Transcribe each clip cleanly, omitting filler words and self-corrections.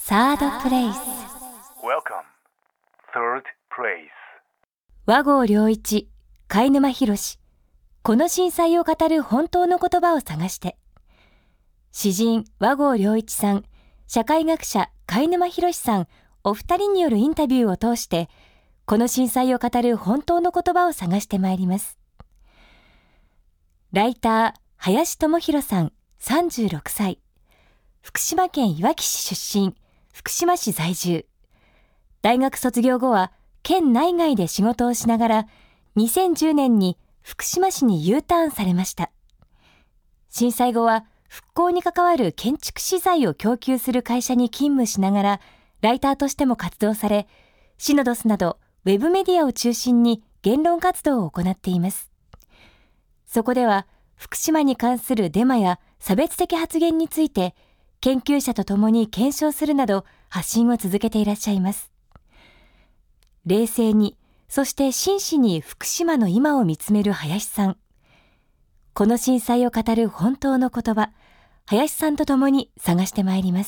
サードプレイス。 Welcome, third place. 和合良一、貝沼博。この震災を語る本当の言葉を探して。詩人和合良一さん、社会学者貝沼博さん、お二人によるインタビューを通して、この震災を語る本当の言葉を探してまいります。ライター林智博さん、36歳。福島県いわき市出身、福島市在住。大学卒業後は県内外で仕事をしながら、2010年に福島市に U ターンされました。震災後は復興に関わる建築資材を供給する会社に勤務しながら、ライターとしても活動され、シノドスなどウェブメディアを中心に言論活動を行っています。そこでは福島に関するデマや差別的発言について、研究者と共に検証するなど発信を続けていらっしゃいます。冷静に、そして真摯に福島の今を見つめる林さん。この震災を語る本当の言葉、林さんと共に探してまいります。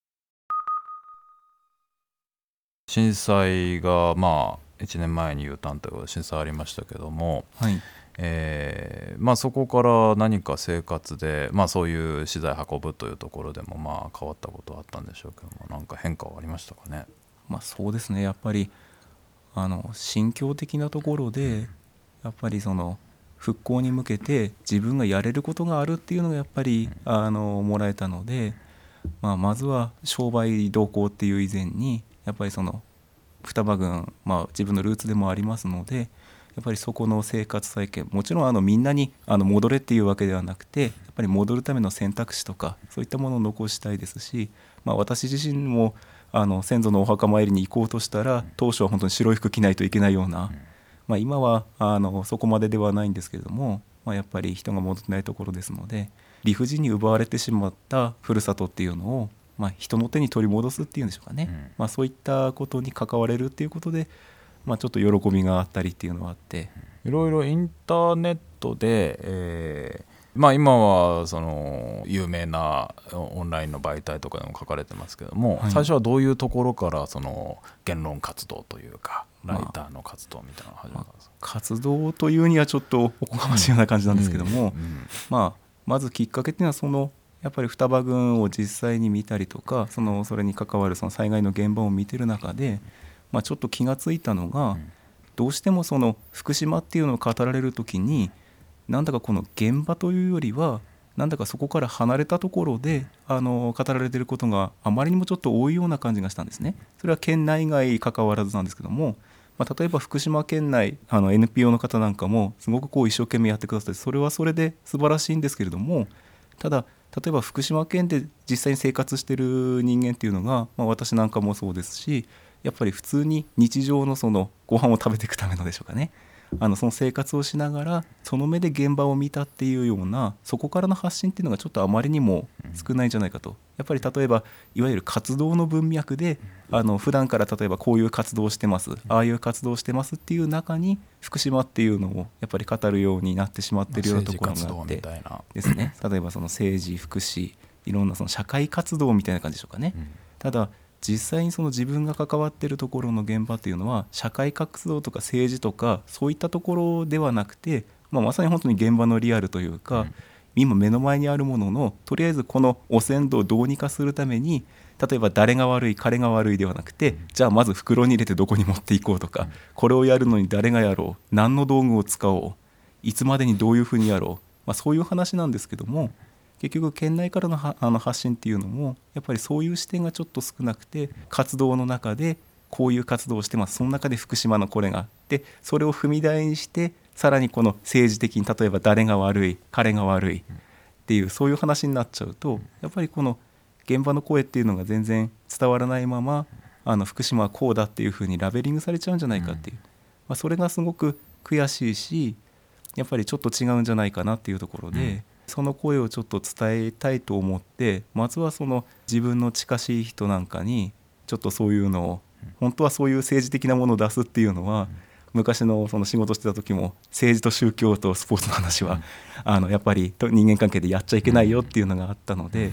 震災が1年前に U ターンということで震災ありましたけども、 はい、 そこから何か生活で、そういう資材運ぶというところでも変わったことはあったんでしょうけども、何か変化はありましたかね。 そうですね。やっぱり心境的なところで、やっぱりその復興に向けて自分がやれることがあるっていうのがやっぱりもらえたので、まずは商売同行っていう以前に、やっぱりその双葉郡、自分のルーツでもありますので、やっぱりそこの生活再建、もちろんみんなに戻れっていうわけではなくて、やっぱり戻るための選択肢とかそういったものを残したいですし、私自身も先祖のお墓参りに行こうとしたら、当初は本当に白い服着ないといけないような、今はそこまでではないんですけれども、やっぱり人が戻ってないところですので、理不尽に奪われてしまったふるさとっていうのを、人の手に取り戻すっていうんでしょうかね、そういったことに関われるっていうことで、ちょっと喜びがあったりっていうのはあって、 いろいろインターネットで、今はその有名なオンラインの媒体とかでも書かれてますけども、最初はどういうところからその言論活動というかライターの活動みたいなのが始まったんですか。 活動というにはちょっとおこがましいような感じなんですけども、まずきっかけっていうのはやっぱり双葉郡を実際に見たりとか、それに関わるその災害の現場を見てる中で、ちょっと気がついたのが、どうしてもその福島っていうのを語られるときに、なんだかこの現場というよりは、なんだかそこから離れたところで語られていることがあまりにもちょっと多いような感じがしたんですね。それは県内外関わらずなんですけども、例えば福島県内NPO の方なんかもすごく一生懸命やってくださって、それはそれで素晴らしいんですけれども、ただ例えば福島県で実際に生活している人間っていうのが、私なんかもそうですし、やっぱり普通に日常のそのご飯を食べていくためのでしょうかね、その生活をしながらその目で現場を見たっていうような、そこからの発信っていうのがちょっとあまりにも少ないんじゃないかと。やっぱり例えばいわゆる活動の文脈で普段から例えばこういう活動をしてます、ああいう活動をしてますっていう中に福島っていうのをやっぱり語るようになってしまっているようなところがあってですね、例えばその政治福祉、いろんなその社会活動みたいな感じでしょうかね、ただ実際にその自分が関わっているところの現場というのは社会活動とか政治とかそういったところではなくて、まさに本当に現場のリアルというか、今目の前にあるもののとりあえずこの汚染土をどうにかするために、例えば誰が悪い彼が悪いではなくて、じゃあまず袋に入れてどこに持っていこうとか、これをやるのに誰がやろう、何の道具を使おう、いつまでにどういうふうにやろう、そういう話なんですけども、結局県内からの発信っていうのもやっぱりそういう視点がちょっと少なくて、活動の中でこういう活動をしてます、その中で福島のこれがあって、それを踏み台にしてさらにこの政治的に例えば誰が悪い彼が悪いっていうそういう話になっちゃうと、やっぱりこの現場の声っていうのが全然伝わらないまま福島はこうだっていうふうにラベリングされちゃうんじゃないかっていう、それがすごく悔しいし、やっぱりちょっと違うんじゃないかなっていうところで、その声をちょっと伝えたいと思って、まずはその自分の近しい人なんかにちょっとそういうのを、本当はそういう政治的なものを出すっていうのは、昔のその仕事してた時も政治と宗教とスポーツの話はやっぱり人間関係でやっちゃいけないよっていうのがあったので、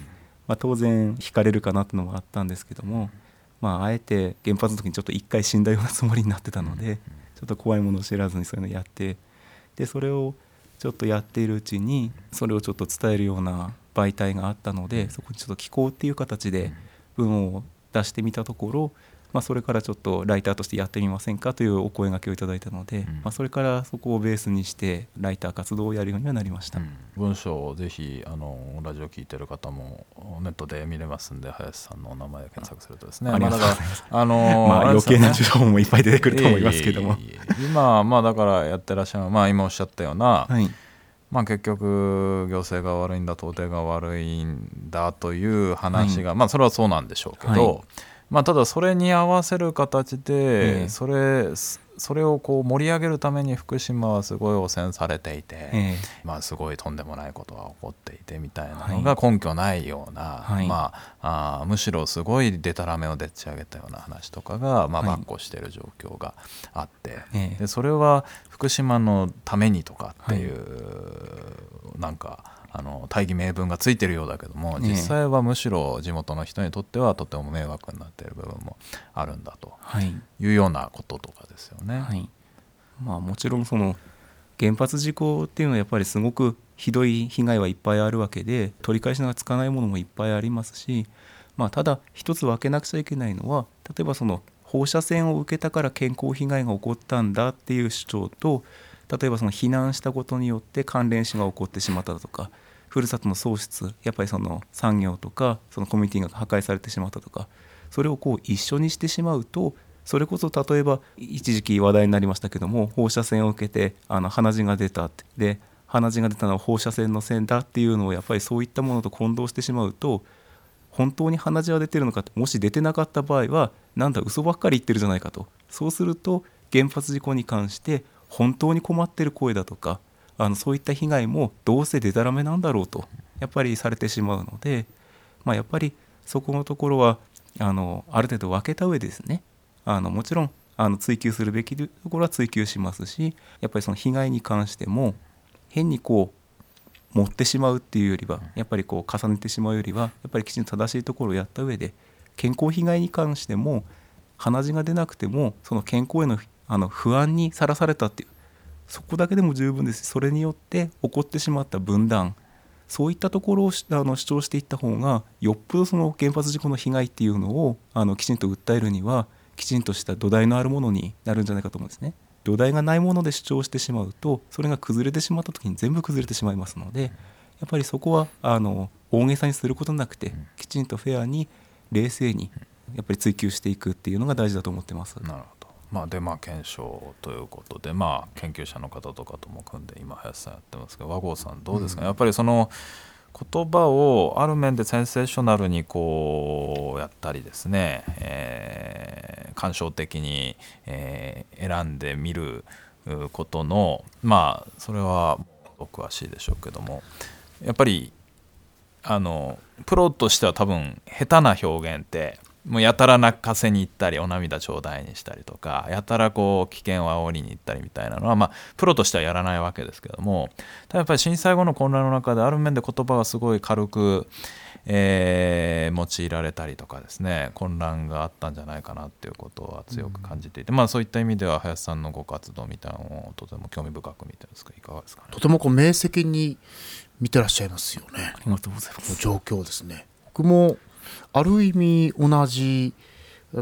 当然惹かれるかなっていうのもあったんですけども、あえて原発の時にちょっと一回死んだようなつもりになってたので、ちょっと怖いものを知らずにそういうのやって、でそれをちょっとやっているうちにそれをちょっと伝えるような媒体があったので、そこにちょっと寄稿っていう形で文を出してみたところ、それからちょっとライターとしてやってみませんかというお声掛けをいただいたので、それからそこをベースにしてライター活動をやるようにはなりました。 文章をぜひラジオ聞いてる方もネットで見れますんで、林さんのお名前で検索するとですね、 ありがとうございます。余計な情報もいっぱい出てくると思いますけども、 今だからやってらっしゃる、今おっしゃったような、 はい、 結局行政が悪いんだ、東帝が悪いんだという話が、それはそうなんでしょうけど、ただそれに合わせる形で、それをこう盛り上げるために福島はすごい汚染されていて、すごいとんでもないことが起こっていてみたいなのが根拠ないような、むしろすごいデタラメをでっち上げたような話とかがばっこしている状況があって、でそれは福島のためにとかっていう、なんか大義名分がついてるようだけども、実際はむしろ地元の人にとってはとても迷惑になっている部分もあるんだというようなこととかですよね。 もちろんその原発事故っていうのはやっぱりすごくひどい被害はいっぱいあるわけで、取り返しがつかないものもいっぱいありますし、ただ一つ分けなくちゃいけないのは、例えばその放射線を受けたから健康被害が起こったんだっていう主張と、例えばその避難したことによって関連死が起こってしまったとか、ふるさとの喪失、やっぱりその産業とかそのコミュニティが破壊されてしまったとか、それをこう一緒にしてしまうと、それこそ例えば一時期話題になりましたけども、放射線を受けて鼻血が出たって、で鼻血が出たのは放射線のせいだっていうのをやっぱりそういったものと混同してしまうと、本当に鼻血は出てるのかって、もし出てなかった場合はなんだ嘘ばっかり言ってるじゃないかと、そうすると原発事故に関して本当に困ってる声だとか、そういった被害もどうせデタラメなんだろうとやっぱりされてしまうので、やっぱりそこのところはある程度分けた上でですね、もちろん追求するべきところは追求しますし、やっぱりその被害に関しても変にこう持ってしまうっていうよりは、やっぱりこう重ねてしまうよりは、やっぱりきちんと正しいところをやった上で、健康被害に関しても鼻血が出なくてもその健康への不安にさらされたっていう、そこだけでも十分ですし、それによって起こってしまった分断、そういったところを主張していった方が、よっぽどその原発事故の被害っていうのをきちんと訴えるにはきちんとした土台のあるものになるんじゃないかと思うんですね。土台がないもので主張してしまうと、それが崩れてしまった時に全部崩れてしまいますので、やっぱりそこは大げさにすることなくて、きちんとフェアに冷静にやっぱり追求していくっていうのが大事だと思ってます。 なるほど。検証ということで、研究者の方とかとも組んで今林さんやってますけど、和合さんどうですかね、やっぱりその言葉をある面でセンセーショナルにこうやったりですね、感傷的に、選んでみることの、それはお詳しいでしょうけども、やっぱりプロとしては多分下手な表現ってもうやたら泣かせに行ったりお涙ちょうだいにしたりとか、やたらこう危険を煽りに行ったりみたいなのは、プロとしてはやらないわけですけども、ただやっぱり震災後の混乱の中である面で言葉がすごい軽く、用いられたりとかですね、混乱があったんじゃないかなっていうことは強く感じていて、そういった意味では林さんのご活動みたいなのをとても興味深く見てるんですが、いかがですかね。 とてもこう明晰に見てらっしゃいますよね。 ありがとうございます。 状況ですね。僕もある意味同じ状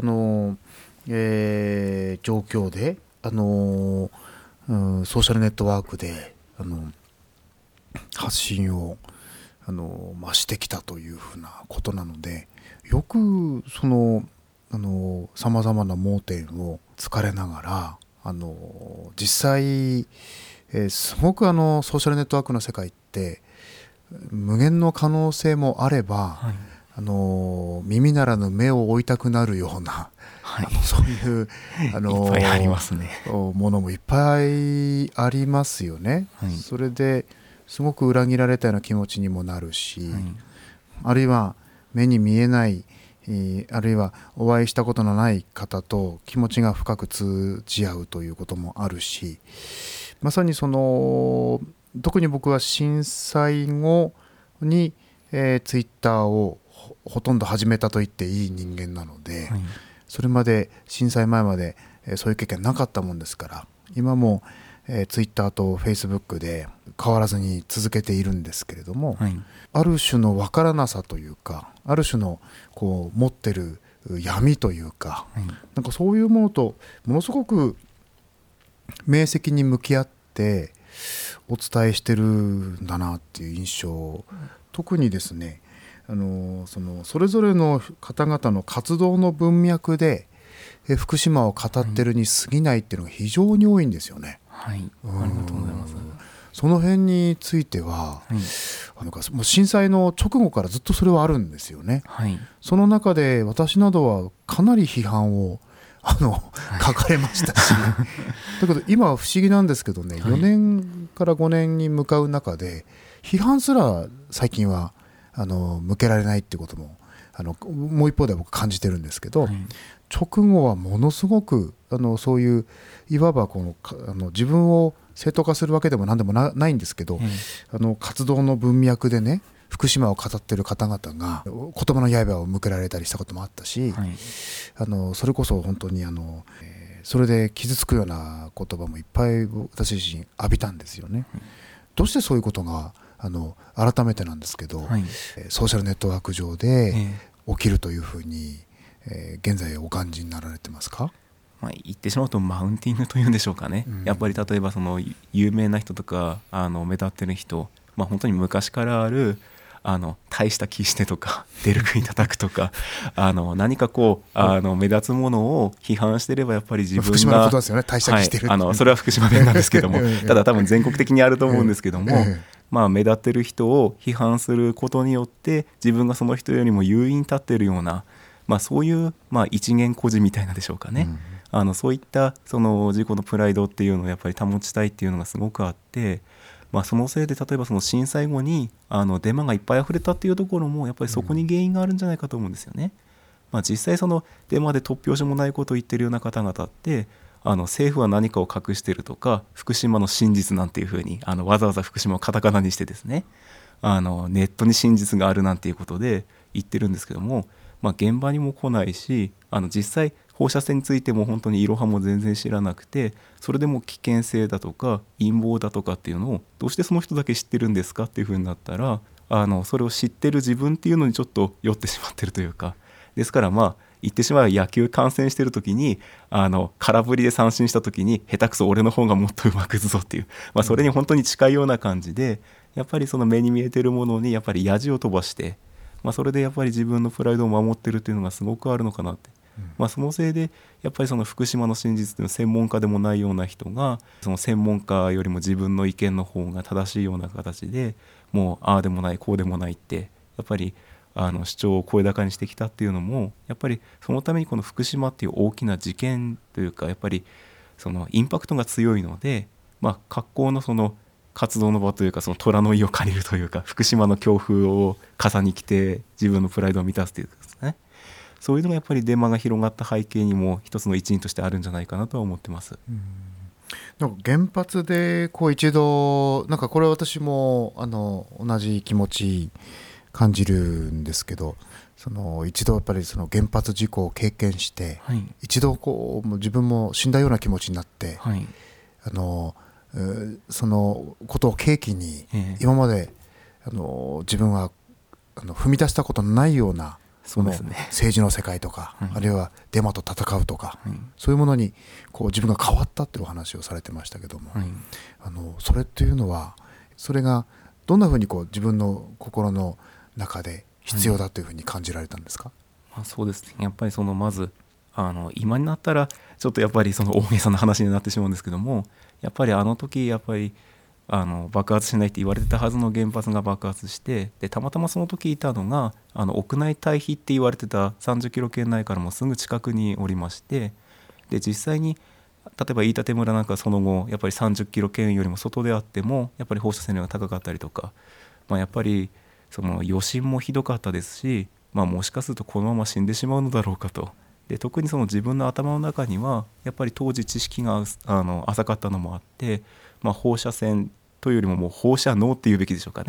況でソーシャルネットワークで発信をしてきたというふうなことなので、よくそのさまざまな盲点を突かれながら実際、すごくソーシャルネットワークの世界って無限の可能性もあれば、耳ならぬ目を追いたくなるような、そういういっぱいありますね。 ものもいっぱいありますよね。それですごく裏切られたような気持ちにもなるし、あるいは目に見えない、あるいはお会いしたことのない方と気持ちが深く通じ合うということもあるし、まさに特に僕は震災後にツイッターをほとんど始めたと言っていい人間なので、それまで震災前までそういう経験なかったもんですから、今もツイッターとフェイスブックで変わらずに続けているんですけれども、ある種の分からなさというか、ある種のこう持ってる闇というか、なんかそういうものとものすごく明晰に向き合ってお伝えしてるんだなっていう印象、特にですね、それぞれの方々の活動の文脈で福島を語ってるに過ぎないっていうのが非常に多いんですよね。 ありがとうございます。 その辺については、もう震災の直後からずっとそれはあるんですよね。その中で私などはかなり批判を書かれましたしだけど今は不思議なんですけどね、4年から5年に向かう中で批判すら最近は向けられないっていうことももう一方では僕感じてるんですけど、直後はものすごくそういういわば自分を正当化するわけでも何でもないんですけど、活動の文脈でね福島を語っている方々が言葉の刃を向けられたりしたこともあったし、それこそ本当にそれで傷つくような言葉もいっぱい私自身浴びたんですよね。どうしてそういうことが改めてなんですけど、ソーシャルネットワーク上で起きるというふうに、現在お感じになられてますか？ 言ってしまうとマウンティングというんでしょうかね、やっぱり例えばその有名な人とか目立ってる人、本当に昔からある大した気してとか出る杭叩くとか何かこう目立つものを批判してればやっぱり自分が福島のことですよね、大した気してる、 それは福島弁なんですけどもただ多分全国的にあると思うんですけども、目立ってる人を批判することによって自分がその人よりも優位に立っているような、そういう一元孤児みたいなでしょうかね、そういったその自己のプライドっていうのをやっぱり保ちたいっていうのがすごくあって、そのせいで例えばその震災後にデマがいっぱい溢れたっていうところもやっぱりそこに原因があるんじゃないかと思うんですよね。実際そのデマで突拍子もないことを言ってるような方々って政府は何かを隠してるとか福島の真実なんていうふうにわざわざ福島をカタカナにしてですねネットに真実があるなんていうことで言ってるんですけども、現場にも来ないし実際放射線についても本当にいろはも全然知らなくて、それでも危険性だとか陰謀だとかっていうのをどうしてその人だけ知ってるんですかっていうふうになったらそれを知ってる自分っていうのにちょっと酔ってしまってるというか、ですから言ってしまえば野球観戦してる時に空振りで三振した時に下手くそ俺の方がもっとうまく打つぞっていう、それに本当に近いような感じでやっぱりその目に見えてるものにやっぱりヤジを飛ばして、それでやっぱり自分のプライドを守ってるっていうのがすごくあるのかなって、そのせいでやっぱりその福島の真実っていうの専門家でもないような人がその専門家よりも自分の意見の方が正しいような形でもうああでもないこうでもないってやっぱり主張を声高にしてきたっていうのもやっぱりそのためにこの福島っていう大きな事件というかやっぱりそのインパクトが強いので、格好のその活動の場というかその虎の意を借りるというか福島の強風を傘に着て自分のプライドを満たすというかですね、そういうのがやっぱりデマが広がった背景にも一つの一因としてあるんじゃないかなとは思ってます。 なんか原発で一度なんかこれ私も同じ気持ち感じるんですけど、一度やっぱりその原発事故を経験して、一度もう自分も死んだような気持ちになって、そのことを契機に今まで自分は踏み出したことのないような政治の世界とか、あるいはデマと戦うとか、そういうものに自分が変わったっていうお話をされてましたけども、それっていうのはそれがどんなふうに自分の心の中で必要だというふうに感じられたんですか？ そうですね、やっぱりまず今になったらちょっとやっぱり大げさな話になってしまうんですけども、やっぱり時やっぱり爆発しないって言われてたはずの原発が爆発して、でたまたまその時いたのが屋内退避って言われてた30キロ圏内からもすぐ近くにおりまして、で実際に例えば飯舘村なんかその後やっぱり30キロ圏よりも外であってもやっぱり放射線量が高かったりとか、やっぱりその余震もひどかったですし、もしかするとこのまま死んでしまうのだろうかと。で特にその自分の頭の中にはやっぱり当時知識が浅かったのもあって、放射線というよりももう放射能っていうべきでしょうかね、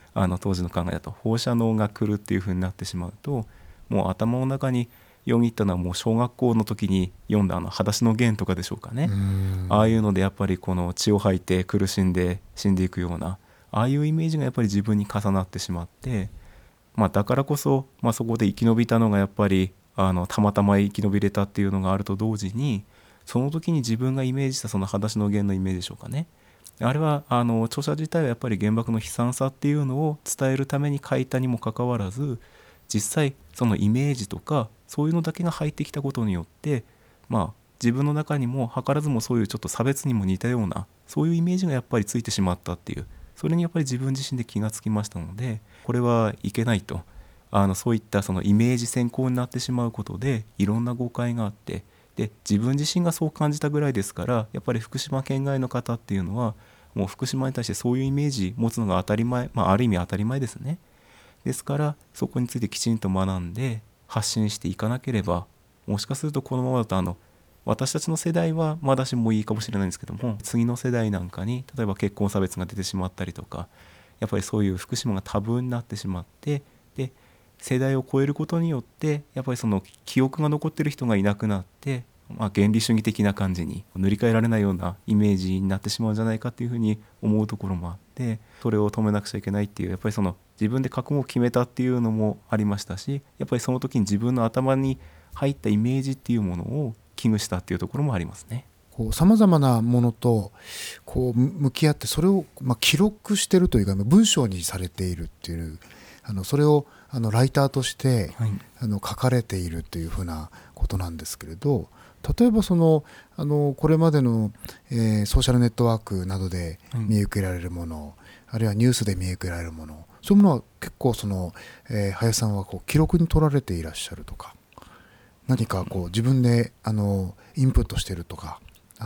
当時の考えだと放射能が来るっていう風になってしまうと、もう頭の中によぎったのはもう小学校の時に読んだ裸足のゲンとかでしょうかね。ああいうのでやっぱりこの血を吐いて苦しんで死んでいくような、ああいうイメージがやっぱり自分に重なってしまって、だからこそ、そこで生き延びたのがやっぱりたまたま生き延びれたっていうのがあると同時に、その時に自分がイメージしたその裸足のゲンのイメージでしょうかね。あれは著者自体はやっぱり原爆の悲惨さっていうのを伝えるために書いたにもかかわらず、実際そのイメージとかそういうのだけが入ってきたことによって、自分の中にも図らずもそういうちょっと差別にも似たようなそういうイメージがやっぱりついてしまったっていう、それにやっぱり自分自身で気がつきましたので、これはいけないと。そういったそのイメージ先行になってしまうことでいろんな誤解があって、で自分自身がそう感じたぐらいですから、やっぱり福島県外の方っていうのはもう福島に対してそういうイメージ持つのが当たり前、ある意味当たり前ですね。ですからそこについてきちんと学んで発信していかなければ、もしかするとこのままだと私たちの世代はまだしもいいかもしれないんですけども、次の世代なんかに例えば結婚差別が出てしまったりとか、やっぱりそういう福島がタブーになってしまって、で世代を超えることによってやっぱりその記憶が残ってる人がいなくなって、原理主義的な感じに塗り替えられないようなイメージになってしまうんじゃないかっていうふうに思うところもあって、それを止めなくちゃいけないっていう、やっぱりその自分で覚悟を決めたっていうのもありましたし、やっぱりその時に自分の頭に入ったイメージっていうものを危惧したっていうところもありますね。 さまざまなものと向き合って、それを記録してるというか文章にされているっていう、それをライターとして書かれているというふうなことなんですけれど、例えばこれまでの、ソーシャルネットワークなどで見受けられるもの、あるいはニュースで見受けられるもの、そういうものは結構林さんは記録に取られていらっしゃるとか、何か自分でインプットしてるとか、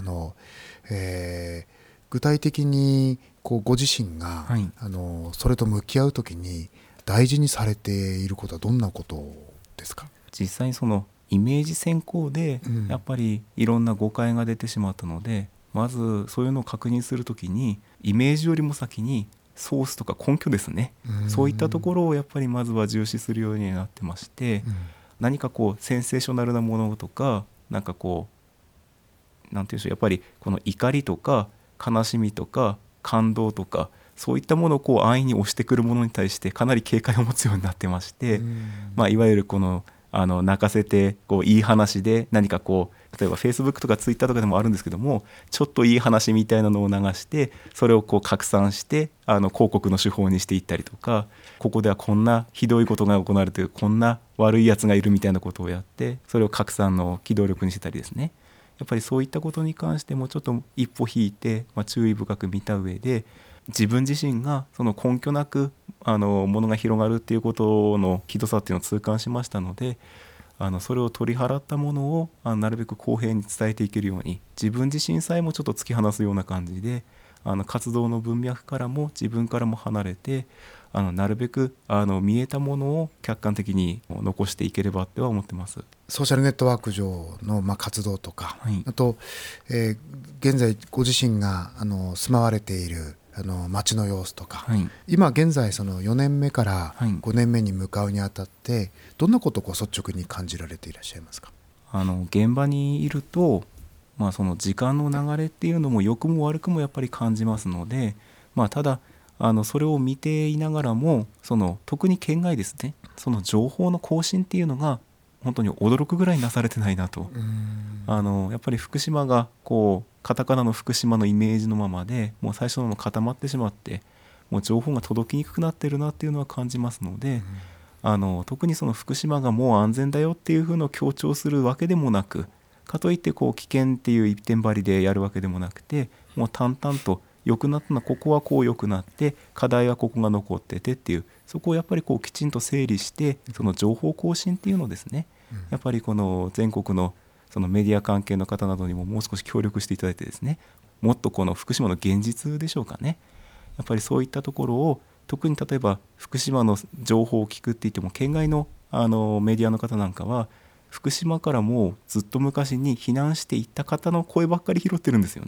具体的にご自身が、それと向き合うときに大事にされていることはどんなことですか？ 実際にそのイメージ先行でやっぱりいろんな誤解が出てしまったので、まずそういうのを確認するときにイメージよりも先にソースとか根拠ですね、そういったところをやっぱりまずは重視するようになってまして、何かセンセーショナルなものとか、なんていうんでしょう、やっぱりこの怒りとか悲しみとか感動とか、そういったものを安易に押してくるものに対してかなり警戒を持つようになってまして、いわゆる泣かせていい話で何か例えば Facebook とか Twitter とかでもあるんですけども、ちょっといい話みたいなのを流してそれを拡散して広告の手法にしていったりとか、ここではこんなひどいことが行われている、こんな悪いやつがいるみたいなことをやってそれを拡散の機動力にしてたりですね。やっぱりそういったことに関してもちょっと一歩引いて、注意深く見た上で、自分自身がその根拠なくものが広がるっていうことのひどさっていうのを痛感しましたので、それを取り払ったものをなるべく公平に伝えていけるように、自分自身さえもちょっと突き放すような感じで活動の文脈からも自分からも離れて、なるべく見えたものを客観的に残していければっては思ってます。 ソーシャルネットワーク上の活動とか、あと、現在ご自身が住まわれている街の様子とか、今現在4年目から5年目に向かうにあたって、どんなことを率直に感じられていらっしゃいますか？ 現場にいると、その時間の流れっていうのも良くも悪くもやっぱり感じますので、ただそれを見ていながらも特に県外ですね、その情報の更新っていうのが本当に驚くぐらいなされてないなと。やっぱり福島がカタカナの福島のイメージのままでもう最初の固まってしまって、もう情報が届きにくくなってるなっていうのは感じますので、特にその福島がもう安全だよっていうふうのを強調するわけでもなく、かといって危険っていう一点張りでやるわけでもなくて、もう淡々と良くなったのはここは良くなって、課題はここが残っててっていう、そこをやっぱりきちんと整理して、その情報更新っていうのをですね、やっぱりこの全国のそのメディア関係の方などにももう少し協力していただいてですね、もっとこの福島の現実でしょうかね、やっぱりそういったところを、特に例えば福島の情報を聞くって言っても、県外のメディアの方なんかは福島からもうずっと昔に避難していった方の声ばっかり拾ってるんですよね。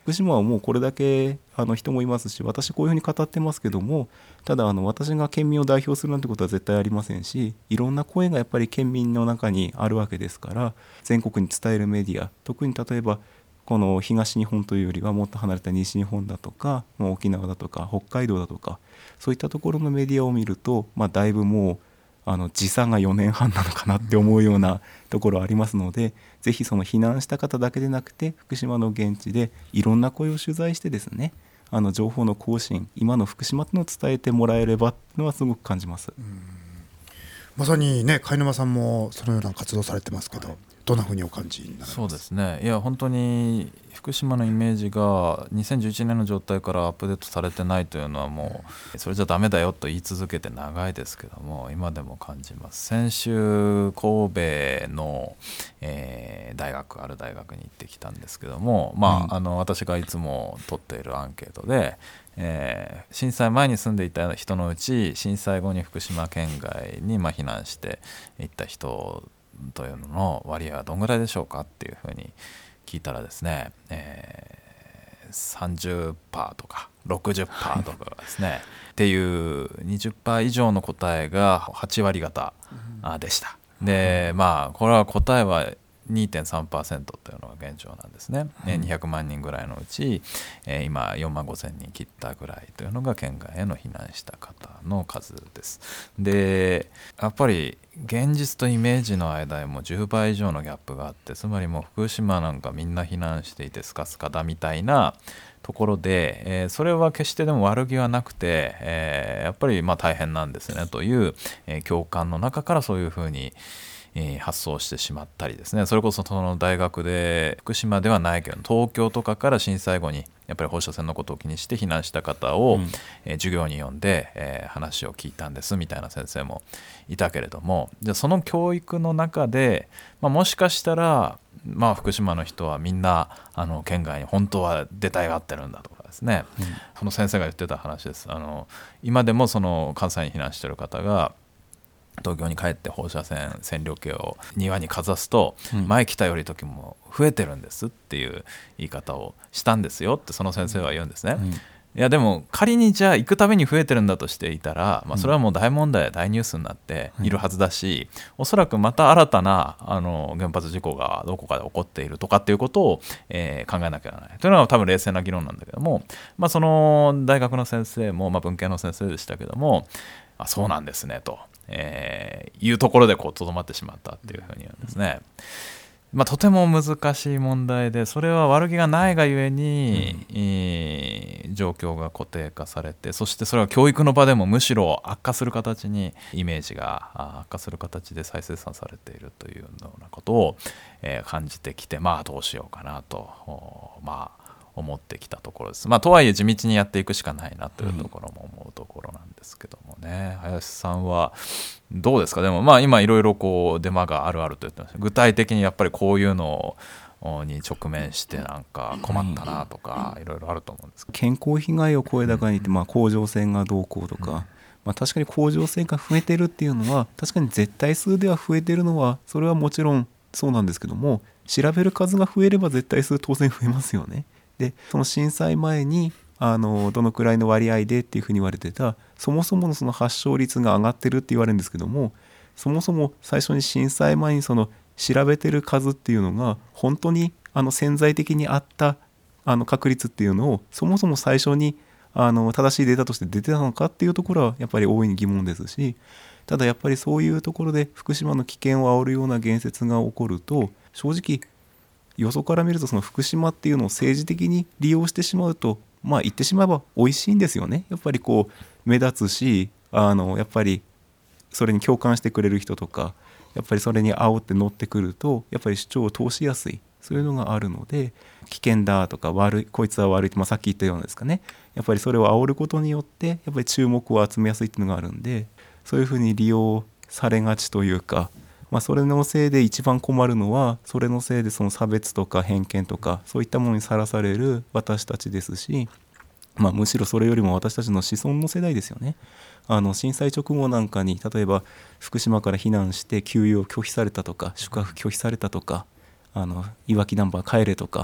福島はもうこれだけ人もいますし、私こういうふうに語ってますけども、ただ私が県民を代表するなんてことは絶対ありませんし、いろんな声がやっぱり県民の中にあるわけですから、全国に伝えるメディア、特に例えばこの東日本というよりはもっと離れた西日本だとか、もう沖縄だとか北海道だとか、そういったところのメディアを見ると、だいぶもう時差が4年半なのかなって思うようなところありますので、ぜひその避難した方だけでなくて、福島の現地でいろんな声を取材してですね、情報の更新、今の福島というのを伝えてもらえればというのはすごく感じます。 まさにね、貝沼さんもそのような活動されてますけど、どんなふうにお感じになりますか？ そうですね、いや本当に福島のイメージが2011年の状態からアップデートされてないというのは、もうそれじゃダメだよと言い続けて長いですけども、今でも感じます。先週神戸の、ある大学に行ってきたんですけども、私がいつも取っているアンケートで、震災前に住んでいた人のうち、震災後に福島県外に避難していった人というのの割合はどんぐらいでしょうかっていうふうに聞いたらですね、30% とか 60% とかですねっていう 20% 以上の答えが8割方でした。でこれは答えは 2.3% というのが現状なんですね。200万人ぐらいのうち、今4万5千人切ったぐらいというのが県外への避難した方の数です。でやっぱり現実とイメージの間でも10倍以上のギャップがあって、つまりもう福島なんかみんな避難していてスカスカだみたいなところで、それは決してでも悪気はなくて、やっぱり大変なんですねという、共感の中からそういうふうに発想してしまったりですね、それこそその大学で福島ではないけど東京とかから震災後にやっぱり放射線のことを気にして避難した方を、授業に呼んで、話を聞いたんですみたいな先生もいたけれども、じゃあその教育の中で、もしかしたら、福島の人はみんな県外に本当は出たいがってるんだとかですね、その先生が言ってた話です。今でもその関西に避難している方が東京に帰って放射線線量計を庭にかざすと、前来たより時も増えてるんですっていう言い方をしたんですよってその先生は言うんですね。いやでも仮にじゃあ行くために増えてるんだとしていたら、それはもう大問題大ニュースになっているはずだし、おそらくまた新たな原発事故がどこかで起こっているとかっていうことを、考えなきゃならないというのは多分冷静な議論なんだけども、その大学の先生も、文系の先生でしたけども、そうなんですねと、いうところでとどまってしまったっていうふうに言うんですね。とても難しい問題で、それは悪気がないがゆえに、状況が固定化されて、そしてそれは教育の場でもむしろ悪化する形にイメージが悪化する形で再生産されているというようなことを、感じてきて、どうしようかなと思ってきたところです。とはいえ地道にやっていくしかないなというところも思うところなんですけどもね。林さんはどうですか？でも今いろいろデマがあると言ってました。具体的にやっぱりこういうのに直面してなんか困ったなとかいろいろあると思うんですけど、 健康被害を声高に言って、甲状腺がどうこうとか、確かに甲状腺が増えてるっていうのは確かに絶対数では増えてるのはそれはもちろんそうなんですけども、調べる数が増えれば絶対数当然増えますよね。でその震災前にどのくらいの割合でっていうふうに言われてた、そもそものその発症率が上がってるって言われるんですけども、そもそも最初に震災前にその調べてる数っていうのが本当に潜在的にあった確率っていうのをそもそも最初に正しいデータとして出てたのかっていうところはやっぱり大いに疑問ですし、ただやっぱりそういうところで福島の危険を煽るような言説が起こると、正直よそから見るとその福島っていうのを政治的に利用してしまうと、言ってしまえば美味しいんですよね。やっぱり目立つし、やっぱりそれに共感してくれる人とか、やっぱりそれに煽って乗ってくるとやっぱり主張を通しやすい、そういうのがあるので、危険だとか悪い、こいつは悪いって、さっき言ったようなですかね、やっぱりそれを煽ることによってやっぱり注目を集めやすいっていうのがあるんで、そういうふうに利用されがちというか、それのせいで一番困るのは、それのせいでその差別とか偏見とかそういったものにさらされる私たちですし、むしろそれよりも私たちの子孫の世代ですよね。震災直後なんかに例えば福島から避難して給油を拒否されたとか宿泊拒否されたとか、いわきナンバー帰れとか、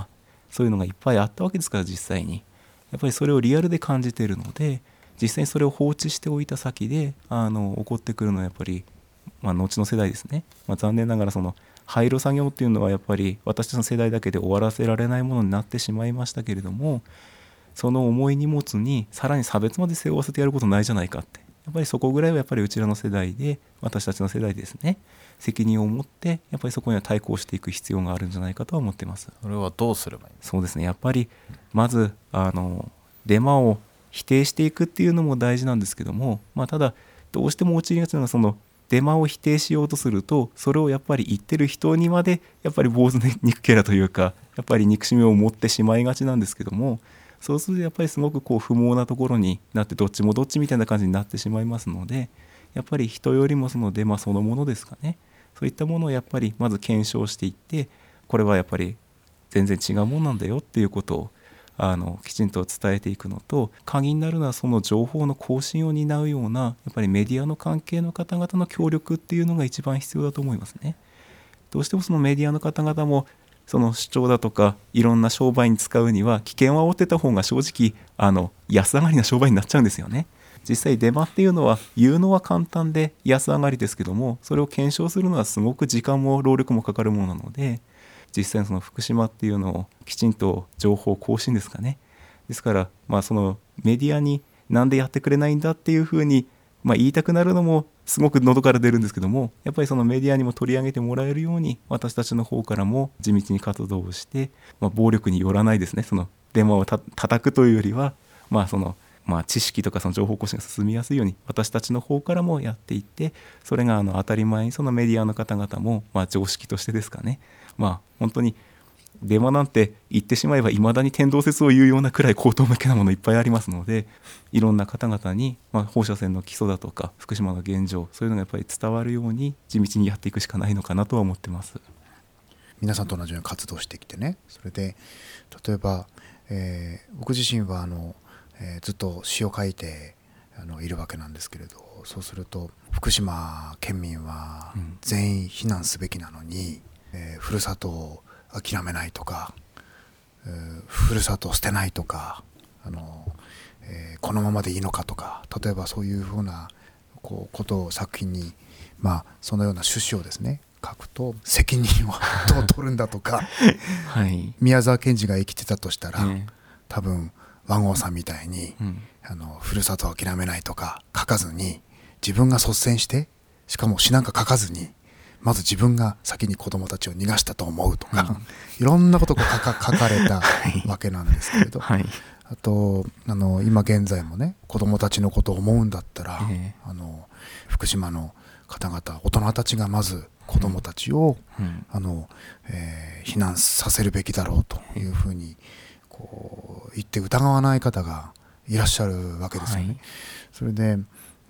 そういうのがいっぱいあったわけですから、実際にやっぱりそれをリアルで感じているので、実際にそれを放置しておいた先で起こってくるのはやっぱり、後の世代ですね。残念ながらその廃炉作業っていうのはやっぱり私たちの世代だけで終わらせられないものになってしまいましたけれども、その重い荷物にさらに差別まで背負わせてやることないじゃないかって、やっぱりそこぐらいはやっぱりうちらの世代で、私たちの世代ですね、責任を持ってやっぱりそこには対抗していく必要があるんじゃないかとは思ってます。 それはどうすればいいんですか？ そうですね、やっぱりまずデマを否定していくっていうのも大事なんですけども、ただどうしても陥りがちなのは、そのデマを否定しようとすると、それをやっぱり言ってる人にまでやっぱり坊主肉キャラというか、やっぱり憎しみを持ってしまいがちなんですけども、そうするとやっぱりすごく不毛なところになって、どっちもどっちみたいな感じになってしまいますので、やっぱり人よりもそのデマそのものですかね、そういったものをやっぱりまず検証していって、これはやっぱり全然違うものなんだよっていうことをきちんと伝えていくのと、鍵になるのはその情報の更新を担うようなやっぱりメディアの関係の方々の協力っていうのが一番必要だと思いますね。どうしてもそのメディアの方々もその主張だとかいろんな商売に使うには危険を煽ってた方が正直安上がりな商売になっちゃうんですよね。実際デマっていうのは言うのは簡単で安上がりですけども、それを検証するのはすごく時間も労力もかかるものなので、実際にその福島っていうのをきちんと情報更新ですかね。ですからそのメディアになんでやってくれないんだっていうふうに言いたくなるのもすごく喉から出るんですけども、やっぱりそのメディアにも取り上げてもらえるように私たちの方からも地道に活動をして、暴力によらないですね、そのデマを叩くというよりはその知識とかその情報更新が進みやすいように私たちの方からもやっていって、それが当たり前にそのメディアの方々も常識としてですかね、本当にデマなんて言ってしまえばいまだに天動説を言うようなくらい荒唐無稽なものいっぱいありますので、いろんな方々に放射線の基礎だとか福島の現状、そういうのがやっぱり伝わるように地道にやっていくしかないのかなとは思ってます。 皆さんと同じように活動してきてね、それで例えば、僕自身はずっと詩を書いているわけなんですけれど、そうすると福島県民は全員避難すべきなのに、ふるさとを諦めないとか、ふるさとを捨てないとか、このままでいいのかとか、例えばそういうふうなことを作品に、そのような趣旨をですね書くと、責任をどう取るんだとか、はい、宮沢賢治が生きてたとしたら、多分和合さんみたいに、ふるさとを諦めないとか書かずに、自分が率先して、しかも詩なんか書かずに、まず自分が先に子どもたちを逃がしたと思うとか、いろんなことが書かれたわけなんですけれど、あと今現在もね、子どもたちのことを思うんだったら、福島の方々、大人たちがまず子どもたちを、避難させるべきだろうというふうに言って疑わない方がいらっしゃるわけですよね。それで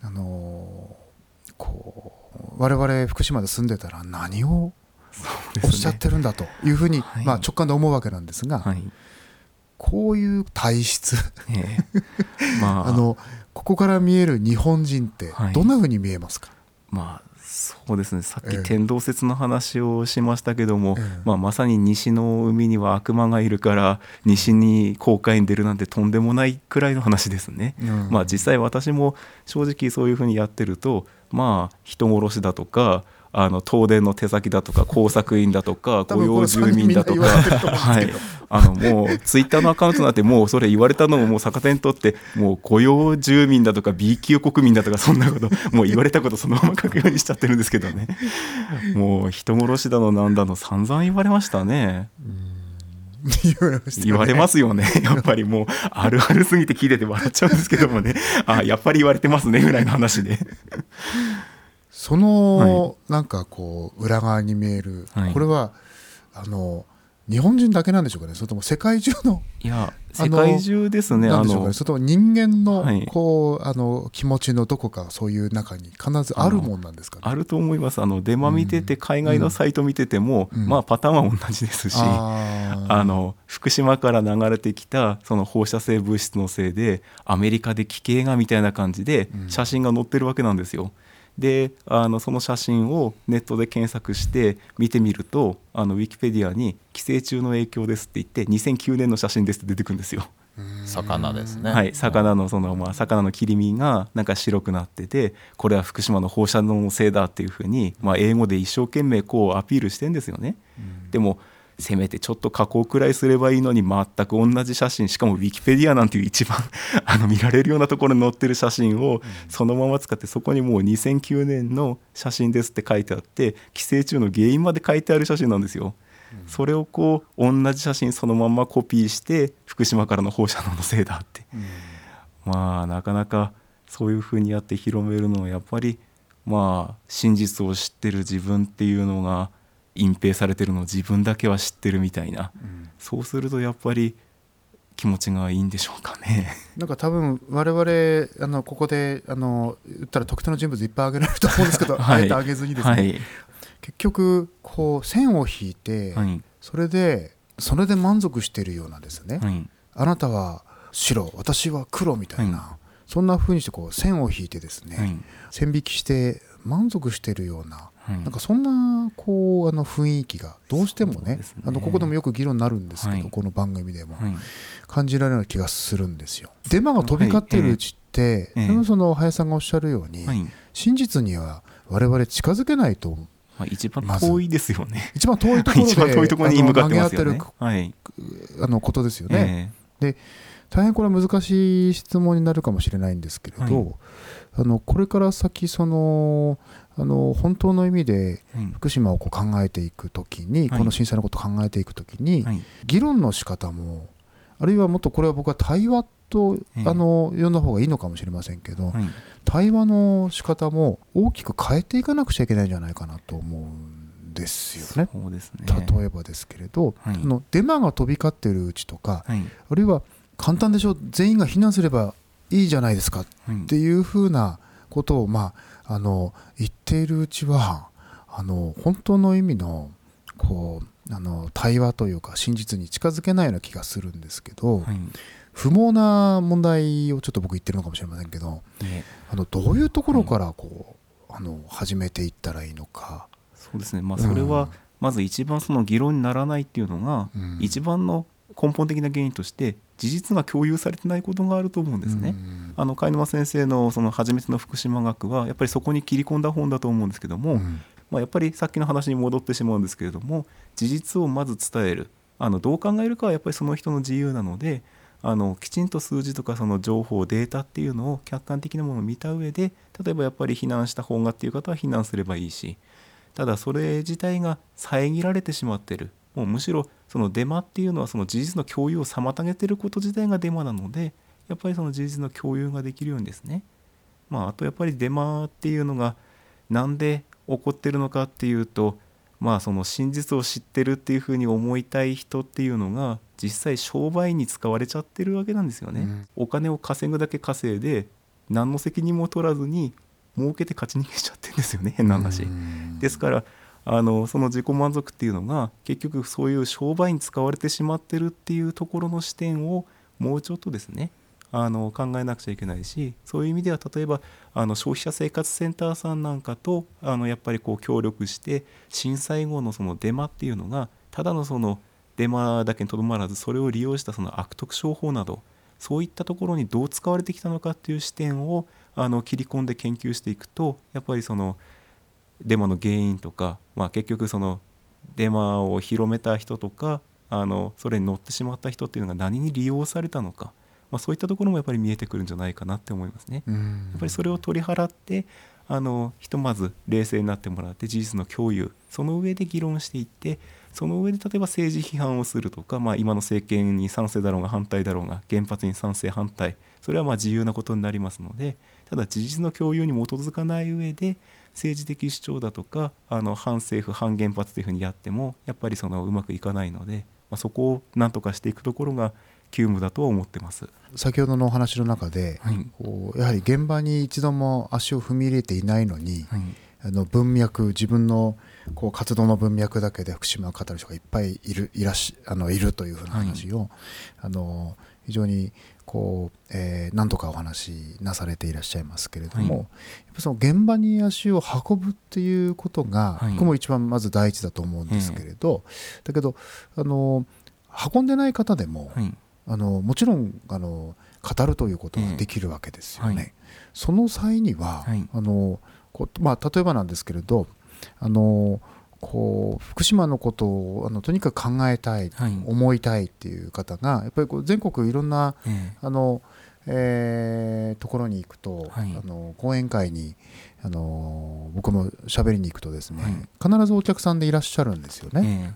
我々福島で住んでたら何をおっしゃってるんだというふうに、直感で思うわけなんですが、こういう体質ここから見える日本人ってどんなふうに見えますか？ そうですね、さっき天動説の話をしましたけども、まさに西の海には悪魔がいるから西に航海に出るなんてとんでもないくらいの話ですね。実際私も正直そういうふうにやってると、人殺しだとか東電の手先だとか工作員だとか御用住民だとか、もうツイッターのアカウントなんてもうそれ言われたのももう逆手にとって、もう御用住民だとか B 級国民だとか、そんなこともう言われたことそのまま書くようにしちゃってるんですけどね。もう人殺しだのなんだの散々言われましたね。言われますよね。やっぱりもうあるあるすぎて聞いてて笑っちゃうんですけどもね、やっぱり言われてますねぐらいの話で。 その、なんか裏側に見える、これは日本人だけなんでしょうかね、それとも世界中の、 いや世界中ですね。 なんでしょうかね、それとも人間の、気持ちのどこかそういう中に必ずあるもんなんですかね。 あると思います。デマ見てて、海外のサイト見てても、パターンは同じですし、福島から流れてきたその放射性物質のせいでアメリカで奇形がみたいな感じで写真が載ってるわけなんですよ。 でその写真をネットで検索して見てみるとウィキペディアに寄生虫の影響ですって言って2009年の写真ですって出てくるんですよ。 魚ですね。 はい、魚の魚の切り身がなんか白くなってて、これは福島の放射能のせいだっていうふうに、英語で一生懸命こうアピールしてんですよね。でもせめてちょっと加工くらいすればいいのに、全く同じ写真、しかもウィキペディアなんていう一番見られるようなところに載ってる写真をそのまま使って、そこにもう2009年の写真ですって書いてあって、寄生虫の原因まで書いてある写真なんですよ。それをこう同じ写真そのままコピーして福島からの放射能のせいだって、なかなかそういうふうにやって広めるのはやっぱり真実を知ってる自分っていうのが隠蔽されてるのを自分だけは知ってるみたいな、そうするとやっぱり気持ちがいいんでしょうかね。 なんか多分我々ここで言ったら特定の人物いっぱい挙げられると思うんですけど、あえて挙げずにですね、結局こう線を引いて、それで満足しているようなですね、あなたは白私は黒みたいな、そんな風にしてこう線を引いてですね、線引きして満足しているような、なんかそんなこう雰囲気がどうしてもね、ここでもよく議論になるんですけど、この番組でも感じられるような気がするんですよ。デマが飛び交っているうちって、その林さんがおっしゃるように、真実には我々近づけないと、 一番遠いですよね。 一番遠いところで一番遠いところに向かってますよね。 ことですよね。で大変これは難しい質問になるかもしれないんですけれど、これから先本当の意味で福島をこう考えていくときに、この震災のことを考えていくときに、議論の仕方も、あるいはもっとこれは僕は対話と呼んだ方がいいのかもしれませんけど、対話の仕方も大きく変えていかなくちゃいけないんじゃないかなと思うんですよね。 そうですね。 例えばですけれど、デマが飛び交っているうちとか、あるいは簡単でしょ、全員が避難すればいいじゃないですかっていうふうなことを言っているうちは、本当の意味のこう対話というか真実に近づけないような気がするんですけど、不毛な問題をちょっと僕言ってるのかもしれませんけど、どういうところからこう始めていったらいいのか。 そうですね、それはまず一番その議論にならないっていうのが、一番の根本的な原因として事実が共有されてないことがあると思うんですね。貝沼先生のその初めての福島学はやっぱりそこに切り込んだ本だと思うんですけども、やっぱりさっきの話に戻ってしまうんですけれども、事実をまず伝える、どう考えるかはやっぱりその人の自由なので、きちんと数字とかその情報データっていうのを客観的なものを見た上で、例えばやっぱり避難した方がっていう方は避難すればいいし、ただそれ自体が遮られてしまってる、もうむしろそのデマっていうのはその事実の共有を妨げてること自体がデマなので、やっぱりその事実の共有ができるようにですね、あとやっぱりデマっていうのがなんで起こってるのかっていうと、その真実を知ってるっていうふうに思いたい人っていうのが実際商売に使われちゃってるわけなんですよね。お金を稼ぐだけ稼いで何の責任も取らずに儲けて勝ち逃げしちゃってるんですよね、変な話。ですからその自己満足っていうのが結局そういう商売に使われてしまってるっていうところの視点をもうちょっとですね考えなくちゃいけないし、そういう意味では例えば消費者生活センターさんなんかとやっぱりこう協力して震災後のそのデマっていうのがただのそのデマだけにとどまらず、それを利用したその悪徳商法などそういったところにどう使われてきたのかっていう視点を切り込んで研究していくと、やっぱりそのデマの原因とか、結局そのデマを広めた人とかそれに乗ってしまった人っていうのが何に利用されたのか、そういったところもやっぱり見えてくるんじゃないかなって思いますね。やっぱりそれを取り払ってひとまず冷静になってもらって事実の共有、その上で議論していって、その上で例えば政治批判をするとか、今の政権に賛成だろうが反対だろうが、原発に賛成反対、それは自由なことになりますので、ただ事実の共有に基づかない上で政治的主張だとか反政府反原発というふうにやってもやっぱりうまくいかないので、そこを何とかしていくところが急務だと思ってます。 先ほどのお話の中で、やはり現場に一度も足を踏み入れていないのに、文脈、自分の活動の文脈だけで福島を語る人がいっぱいいるというふうな話を、 非常にこう、何度かお話しなされていらっしゃいますけれども、やっぱその現場に足を運ぶっていうことが、僕も一番まず第一だと思うんですけれど、だけど運んでない方でも、もちろん語るということができるわけですよね。その際には、例えばなんですけれど福島のことをとにかく考えたい、思いたいっていう方がやっぱり全国いろんな、ところに行くと、講演会に僕も喋りに行くとですね、必ずお客さんでいらっしゃるんですよね。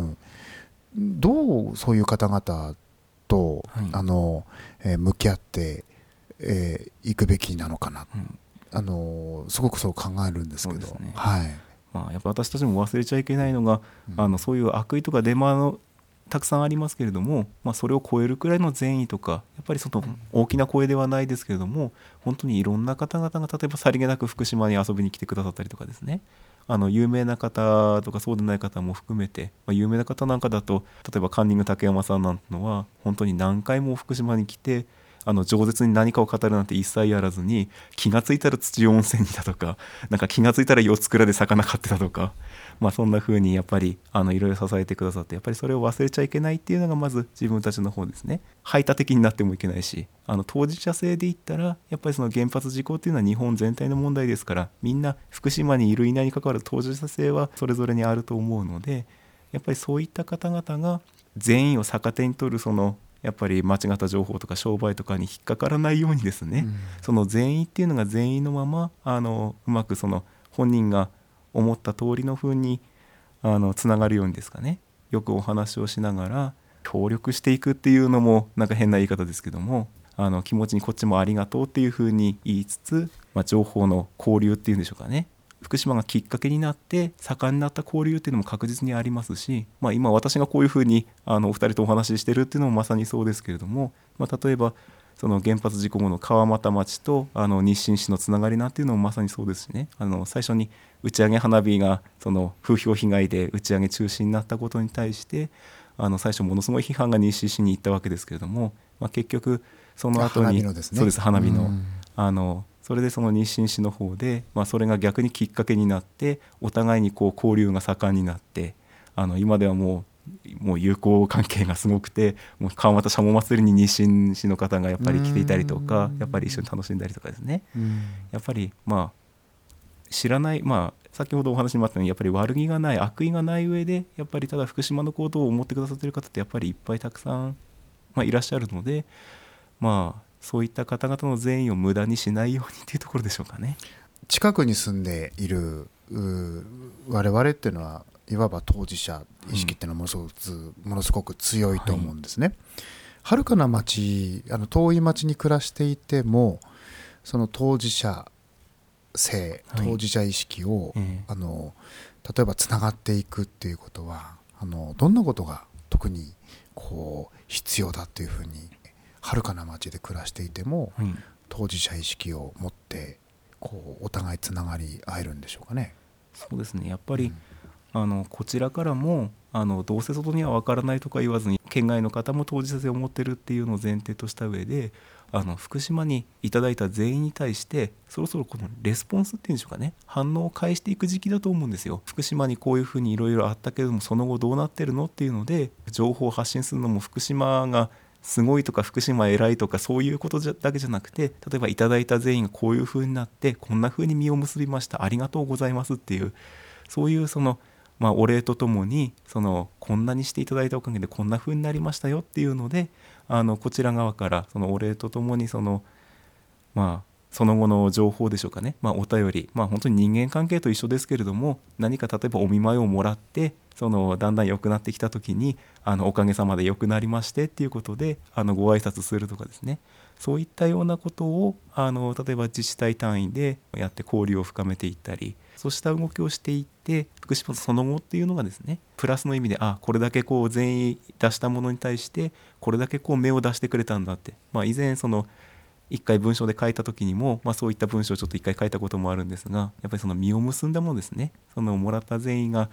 どうそういう方々と、向き合っていくべきなのかな、すごくそう考えるんですけど。 やっぱ私たちも忘れちゃいけないのが、そういう悪意とかデマのたくさんありますけれども、それを超えるくらいの善意とか、やっぱりその大きな声ではないですけれども、本当にいろんな方々が例えばさりげなく福島に遊びに来てくださったりとかですね、有名な方とかそうでない方も含めて、有名な方なんかだと例えばカンニング竹山さんなんてのは本当に何回も福島に来て饒舌に何かを語るなんて一切やらずに、気がついたら土湯温泉にいたとか、なんか気がついたら四つ倉で魚飼ってたとか、そんな風にやっぱりいろいろ支えてくださって、やっぱりそれを忘れちゃいけないっていうのがまず自分たちの方ですね。排他的になってもいけないし、当事者性で言ったらやっぱりその原発事故っていうのは日本全体の問題ですから、みんな福島にいるいないに関わる当事者性はそれぞれにあると思うので、やっぱりそういった方々が善意を逆手に取るやっぱり間違った情報とか商売とかに引っかからないようにですね、その善意っていうのが善意のままうまく本人が思った通りの風につながるようにですかね、よくお話をしながら協力していくっていうのもなんか変な言い方ですけども、気持ちにこっちもありがとうっていう風に言いつつ、情報の交流っていうんでしょうかね、福島がきっかけになって盛んになった交流っていうのも確実にありますし、今私がこういうふうにお二人とお話ししてるっていうのもまさにそうですけれども、例えばその原発事故後の川俣町と日清市のつながりなんていうのもまさにそうですしね、最初に打ち上げ花火が風評被害で打ち上げ中止になったことに対して最初ものすごい批判が日清市に行ったわけですけれども、結局その後に花火のですね、 そうです花火のそれでその日清市の方で、それが逆にきっかけになってお互いに交流が盛んになって、今ではもう友好関係がすごくて、もう川俣しゃも祭りに日清市の方がやっぱり来ていたりとか、やっぱり一緒に楽しんだりとかですね、やっぱり知らない、先ほどお話にもあったようにやっぱり悪気がない悪意がない上で、やっぱりただ福島のことを思ってくださっている方ってやっぱりいっぱいたくさん、いらっしゃるので、そういった方々の善意を無駄にしないようにというところでしょうかね。 近くに住んでいる我々っていうのはいわば当事者意識っていうのはものすごく強いと思うんですね。遥かな町、遠い町に暮らしていても、その当事者性、当事者意識を、例えばつながっていくっていうことはどんなことが特に必要だっていうふうに、遥かな町で暮らしていても、当事者意識を持ってお互いつながり合えるんでしょうかね。 そうですね、やっぱり、こちらからもどうせ外には分からないとか言わずに、県外の方も当事者性を持ってるっていうのを前提とした上で、福島にいただいた全員に対してそろそろこのレスポンスっていうんでしょうかね、反応を返していく時期だと思うんですよ。福島にこういうふうにいろいろあったけれども、その後どうなってるのっていうので情報を発信するのも、福島がすごいとか福島偉いとかそういうことだけじゃなくて、例えばいただいた全員がこういうふうになってこんなふうに実を結びました、ありがとうございますっていう、そういうお礼とともにこんなにしていただいたおかげでこんなふうになりましたよっていうので、こちら側からお礼とともにその後の情報でしょうかね、お便り、本当に人間関係と一緒ですけれども、何か例えばお見舞いをもらってだんだん良くなってきた時におかげさまで良くなりましてっていうことでご挨拶するとかですね、そういったようなことを例えば自治体単位でやって交流を深めていったり、そうした動きをしていって、福島その後っていうのがですね、プラスの意味でこれだけ善意出したものに対してこれだけ目を出してくれたんだって、以前一回文章で書いた時にも、そういった文章をちょっと一回書いたこともあるんですが、やっぱり実を結んだものですね、もらった善意が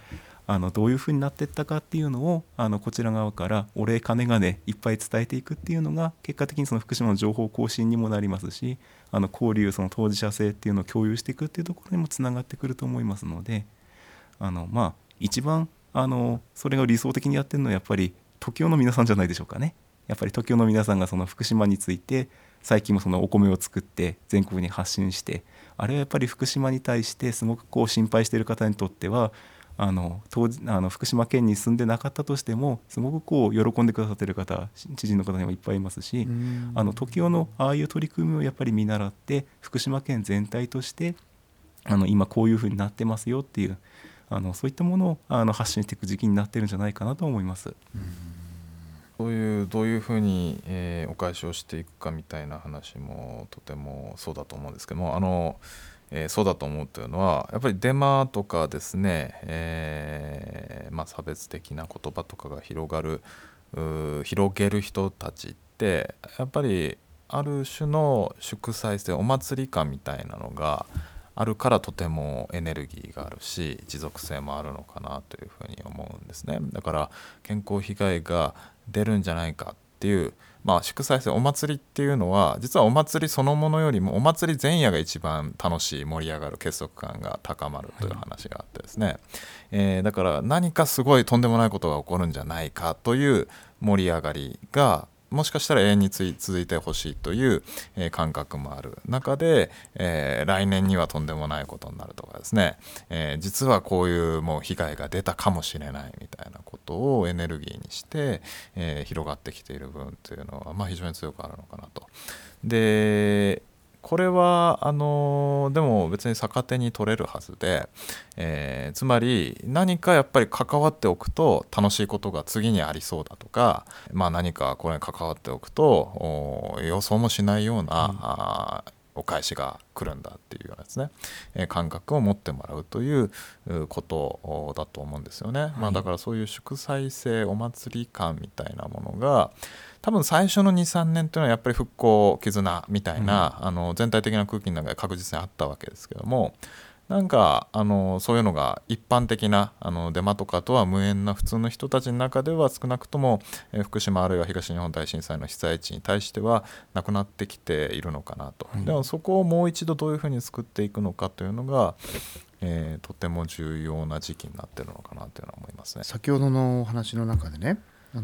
どういうふうになっていったかっていうのをこちら側からお礼金がねいっぱい伝えていくっていうのが結果的にその福島の情報更新にもなりますし、交流その当事者性っていうのを共有していくっていうところにもつながってくると思いますので、一番それが理想的にやってるのはやっぱりTOKIOの皆さんじゃないでしょうかね。やっぱりTOKIOの皆さんがその福島について最近もそのお米を作って全国に発信して、あれはやっぱり福島に対してすごくこう心配している方にとっては福島県に住んでなかったとしてもすごくこう喜んでくださっている方、知人の方にもいっぱいいますし、TOKIOのああいう取り組みをやっぱり見習って福島県全体として今こういうふうになってますよっていうそういったものを発信していく時期になってるんじゃないかなと思います。 どういうふうに、お返しをしていくかみたいな話もとてもそうだと思うんですけども、そうだと思うというのはやっぱりデマとかですね、差別的な言葉とかが広げる人たちってやっぱりある種の祝祭性、お祭り感みたいなのがあるからとてもエネルギーがあるし持続性もあるのかなというふうに思うんですね。だから健康被害が出るんじゃないかっていう、祝祭性、お祭りっていうのは実はお祭りそのものよりもお祭り前夜が一番楽しい、盛り上がる、結束感が高まるという話があってですね、だから何かすごいとんでもないことが起こるんじゃないかという盛り上がりがもしかしたら永遠に続いてほしいという、感覚もある中で、来年にはとんでもないことになるとかですね、実はこういうもう被害が出たかもしれないみたいなことをエネルギーにして、広がってきている部分というのは、非常に強くあるのかなと。でこれはでも別に逆手に取れるはずで、つまり何かやっぱり関わっておくと楽しいことが次にありそうだとか、何かこれに関わっておくと予想もしないような、お返しが来るんだっていうようなですね、感覚を持ってもらうということだと思うんですよね。だからそういう祝祭性、お祭り感みたいなものが多分最初の 2,3 年というのはやっぱり復興絆みたいな、全体的な空気の中で確実にあったわけですけども、なんかそういうのが一般的なデマとかとは無縁な普通の人たちの中では少なくとも、福島あるいは東日本大震災の被災地に対してはなくなってきているのかなと、でもそこをもう一度どういうふうに作っていくのかというのが、とても重要な時期になっているのかなというのは思いますね。 先ほどのお話の中でね、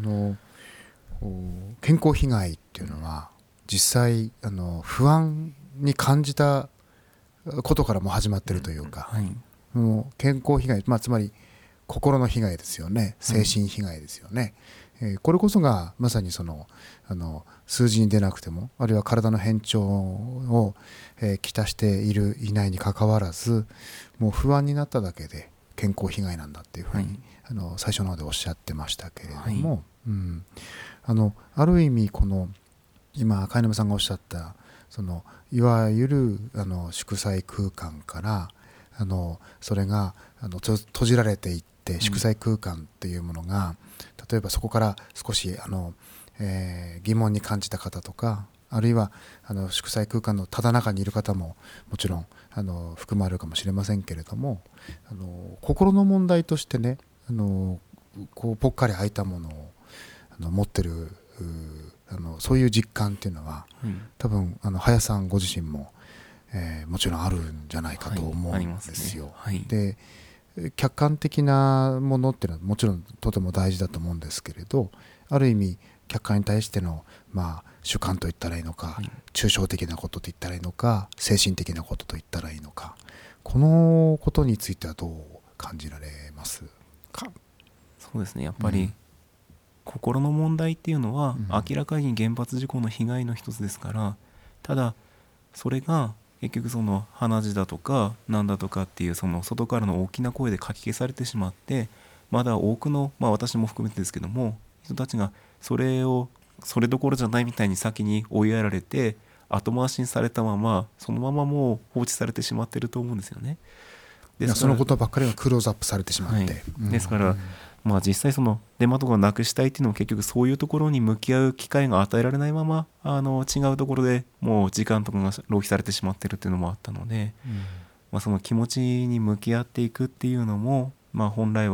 健康被害っていうのは実際不安に感じたことからも始まっているというか、健康被害、つまり心の被害ですよね、精神被害ですよね、これこそがまさにその数字に出なくても、あるいは体の変調を、きたしているいないにかかわらず、もう不安になっただけで健康被害なんだっていうふうに、最初の方でおっしゃってましたけれども、ある意味この今貝沼さんがおっしゃったいわゆる祝祭空間からそれが閉じられていって祝祭空間っていうものが、例えばそこから少し疑問に感じた方とか、あるいは祝祭空間のただ中にいる方ももちろん含まれるかもしれませんけれども、心の問題としてね、こうぽっかり開いたものを持ってるそういう実感っていうのは、多分林さんご自身も、もちろんあるんじゃないかと思うんですよ。で客観的なものっていうのはもちろんとても大事だと思うんですけれど、ある意味客観に対しての主観と言ったらいいのか、抽象的なことと言ったらいいのか、精神的なことと言ったらいいのか、このことについてはどう感じられますか？ そうですね、やっぱり、心の問題っていうのは明らかに原発事故の被害の一つですから、ただそれが結局その鼻血だとかなんだとかっていうその外からの大きな声でかき消されてしまって、まだ多くの、私も含めてですけども、人たちがそれどころじゃないみたいに先に追いやられて後回しにされたまま、そのままもう放置されてしまってると思うんですよね。 そのことばっかりがクローズアップされてしまって、 ですから、実際そのデマとかをなくしたいっていうのも結局そういうところに向き合う機会が与えられないまま違うところでもう時間とかが浪費されてしまってるっていうのもあったので、その気持ちに向き合っていくっていうのも、本来は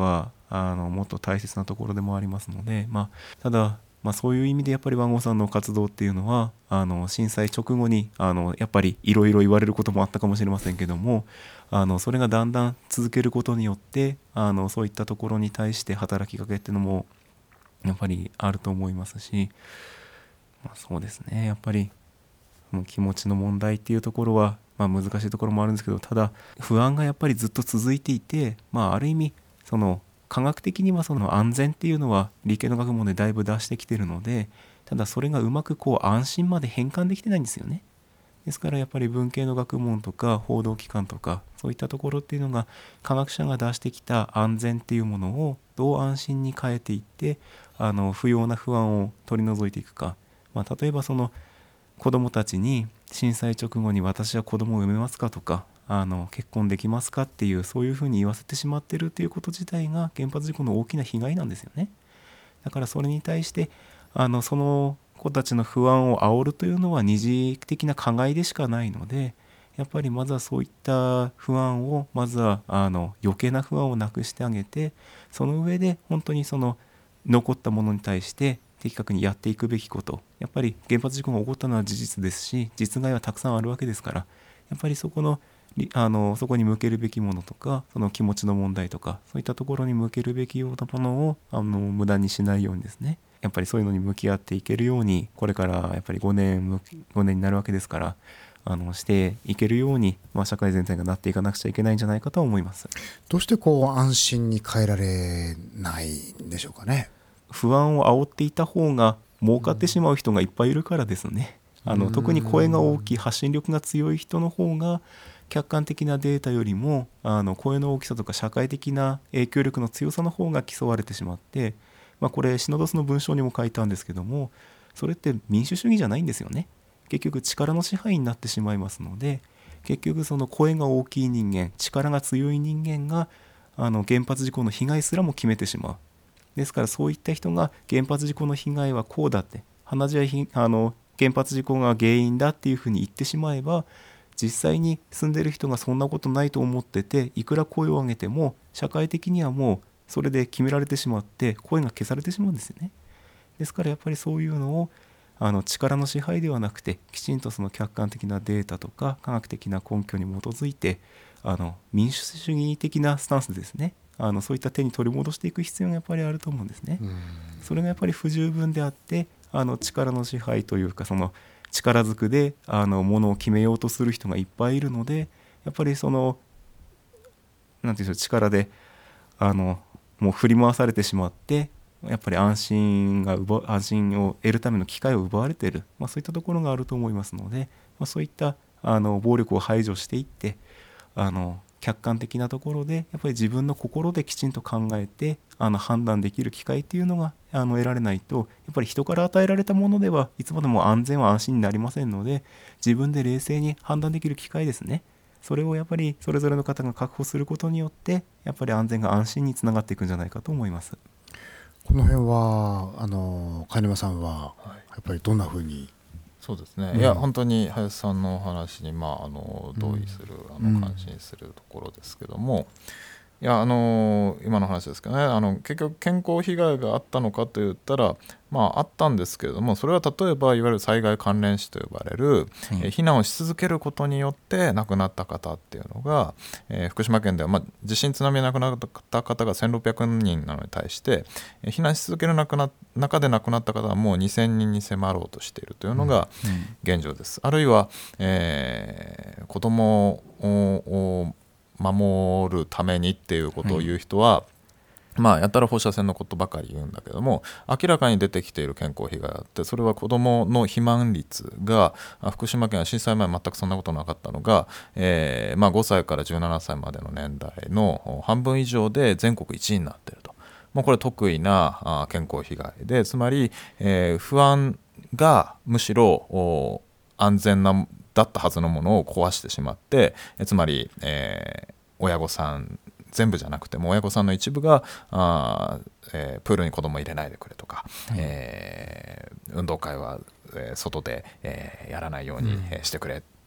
もっと大切なところでもありますので、ただ、そういう意味でやっぱり和合さんの活動っていうのは震災直後にやっぱりいろいろ言われることもあったかもしれませんけどもそれがだんだん続けることによってそういったところに対して働きかけっていうのもやっぱりあると思いますし、そうですね、やっぱり気持ちの問題っていうところは、難しいところもあるんですけど、ただ不安がやっぱりずっと続いていて、ある意味その科学的にはその安全っていうのは理系の学問でだいぶ出してきてるので、ただそれがうまく安心まで変換できてないんですよね。ですからやっぱり文系の学問とか報道機関とかそういったところっていうのが科学者が出してきた安全っていうものをどう安心に変えていって不要な不安を取り除いていくか、例えばその子どもたちに震災直後に私は子どもを産めますかとか結婚できますかっていうそういうふうに言わせてしまってるっていうこと自体が原発事故の大きな被害なんですよね。だからそれに対してその子たちの不安を煽るというのは二次的な加害でしかないので、やっぱりまずはそういった不安をまずは余計な不安をなくしてあげて、その上で本当にその残ったものに対して的確にやっていくべきこと、やっぱり原発事故が起こったのは事実ですし実害はたくさんあるわけですから、やっぱりそこに向けるべきものとかその気持ちの問題とかそういったところに向けるべきようなものを無駄にしないようにですね、やっぱりそういうのに向き合っていけるようにこれからやっぱり5年になるわけですからしていけるように、社会全体がなっていかなくちゃいけないんじゃないかと思います。 どうして安心に変えられないんでしょうかね。 不安を煽っていた方が儲かってしまう人がいっぱいいるからですね。特に声が大きい発信力が強い人の方が客観的なデータよりも声の大きさとか社会的な影響力の強さの方が競われてしまって、これシノドスの文章にも書いたんですけども、それって民主主義じゃないんですよね。結局力の支配になってしまいますので、結局その声が大きい人間、力が強い人間が原発事故の被害すらも決めてしまう。ですからそういった人が原発事故の被害はこうだって原発事故が原因だっていうふうに言ってしまえば、実際に住んでる人がそんなことないと思ってていくら声を上げても社会的にはもうそれで決められてしまって声が消されてしまうんですよね。ですからやっぱりそういうのを力の支配ではなくてきちんとその客観的なデータとか科学的な根拠に基づいて民主主義的なスタンスでですねそういった手に取り戻していく必要がやっぱりあると思うんですね。それがやっぱり不十分であって力の支配というかその力ずくでものを決めようとする人がいっぱいいるので、やっぱりそのなんていうんでしょう、力でもう振り回されてしまってやっぱり安心を得るための機会を奪われている、そういったところがあると思いますので、そういった暴力を排除していって客観的なところでやっぱり自分の心できちんと考えて判断できる機会っていうのが得られないと、やっぱり人から与えられたものではいつまでも安全は安心になりませんので、自分で冷静に判断できる機会ですね、それをやっぱりそれぞれの方が確保することによってやっぱり安全が安心につながっていくんじゃないかと思います。 この辺は貝沼さんはやっぱりどんなふうに。 そうですね、いや本当に林さんのお話に同意する感心するところですけども、いや今の話ですけどね、結局健康被害があったのかといったらあったんですけれども、それは例えばいわゆる災害関連死と呼ばれる、避難をし続けることによって亡くなった方っていうのが、福島県では、地震津波で亡くなった方が1600人なのに対して避難し続ける中で亡くなった方はもう2000人に迫ろうとしているというのが現状です。あるいは、子供を守るためにっていうことを言う人は、やたら放射線のことばかり言うんだけども、明らかに出てきている健康被害があって、それは子どもの肥満率が福島県は震災前全くそんなことなかったのが、5歳から17歳までの年代の半分以上で全国1位になっていると。もうこれ特異な健康被害で、つまり、不安がむしろ安全だったはずのものを壊してしまって、つまり、親御さん全部じゃなくても親御さんの一部がプールに子供入れないでくれとか、運動会は外でやらないようにしてくれ、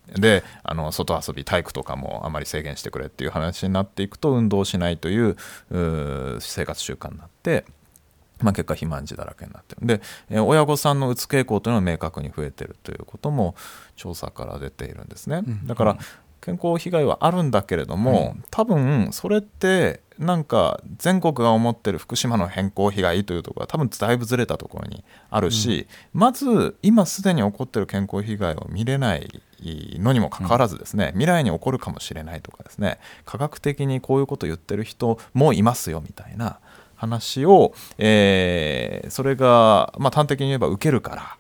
で外遊び体育とかもあまり制限してくれっていう話になっていくと運動しないという生活習慣になって、結果肥満児だらけになってるで、親御さんのうつ傾向というのは明確に増えてるということも調査から出ているんですね。だから健康被害はあるんだけれども、多分それってなんか全国が思ってる福島の健康被害というところは多分だいぶずれたところにあるし、まず今すでに起こってる健康被害を見れないのにもかかわらずですね、未来に起こるかもしれないとかですね、科学的にこういうことを言ってる人もいますよみたいな話を、それが、端的に言えば受けるから、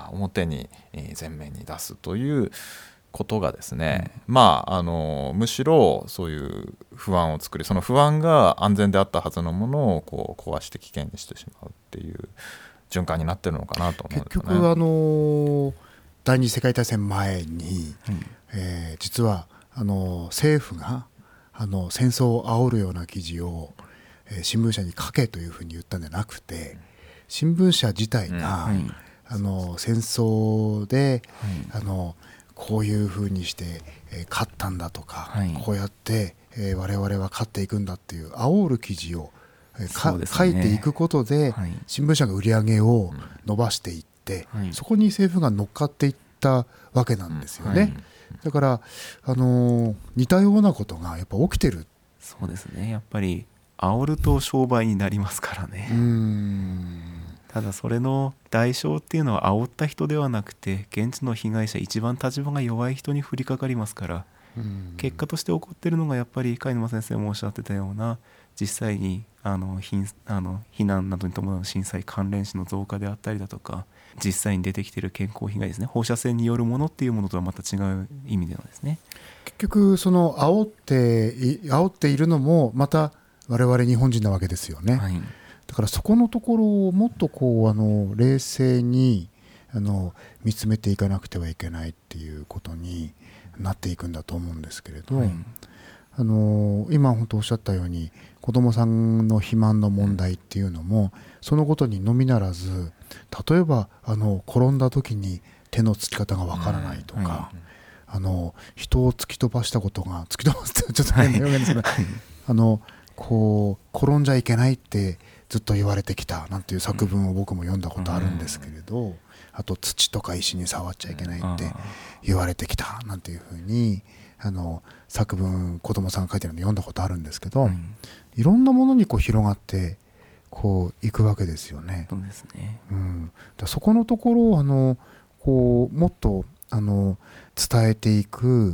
表に、前面に出すということがですね、むしろそういう不安を作り、その不安が安全であったはずのものをこう壊して危険にしてしまうっていう循環になってるのかなと思うんですよね。 結局第二次世界大戦前に、実は政府が戦争を煽るような記事を新聞社に書けというふうに言ったんじゃなくて、新聞社自体が、戦争で、こういうふうにして、勝ったんだとか、こうやって、我々は勝っていくんだっていう煽る記事を、書いていくことで、新聞社が売り上げを伸ばしていって、そこに政府が乗っかっていったわけなんですよね。だから似たようなことがやっぱ起きてる。 そうですね、やっぱり煽ると商売になりますからね。ただそれの代償っていうのは煽った人ではなくて現地の被害者、一番立場が弱い人に降りかかりますから、結果として起こっているのがやっぱり貝沼先生もおっしゃってたような、実際に避難などに伴う震災関連死の増加であったりだとか、実際に出てきている健康被害ですね、放射線によるものっていうものとはまた違う意味でのですね。 結局その煽っているのもまた我々日本人なわけですよね。だからそこのところをもっと冷静に見つめていかなくてはいけないっていうことになっていくんだと思うんですけれど、今本当おっしゃったように子どもさんの肥満の問題っていうのもそのことにのみならず、例えば転んだ時に手のつき方がわからないとか、人を突き飛ばしたことが突き飛ばすってちょっと変な表現ですけど、こう転んじゃいけないってずっと言われてきたなんていう作文を僕も読んだことあるんですけれど、あと土とか石に触っちゃいけないって言われてきたなんていうふうに作文子供さんが書いてるの読んだことあるんですけど、いろんなものに広がっていくわけですよね。 そうですね。 そこのところをもっと伝えていく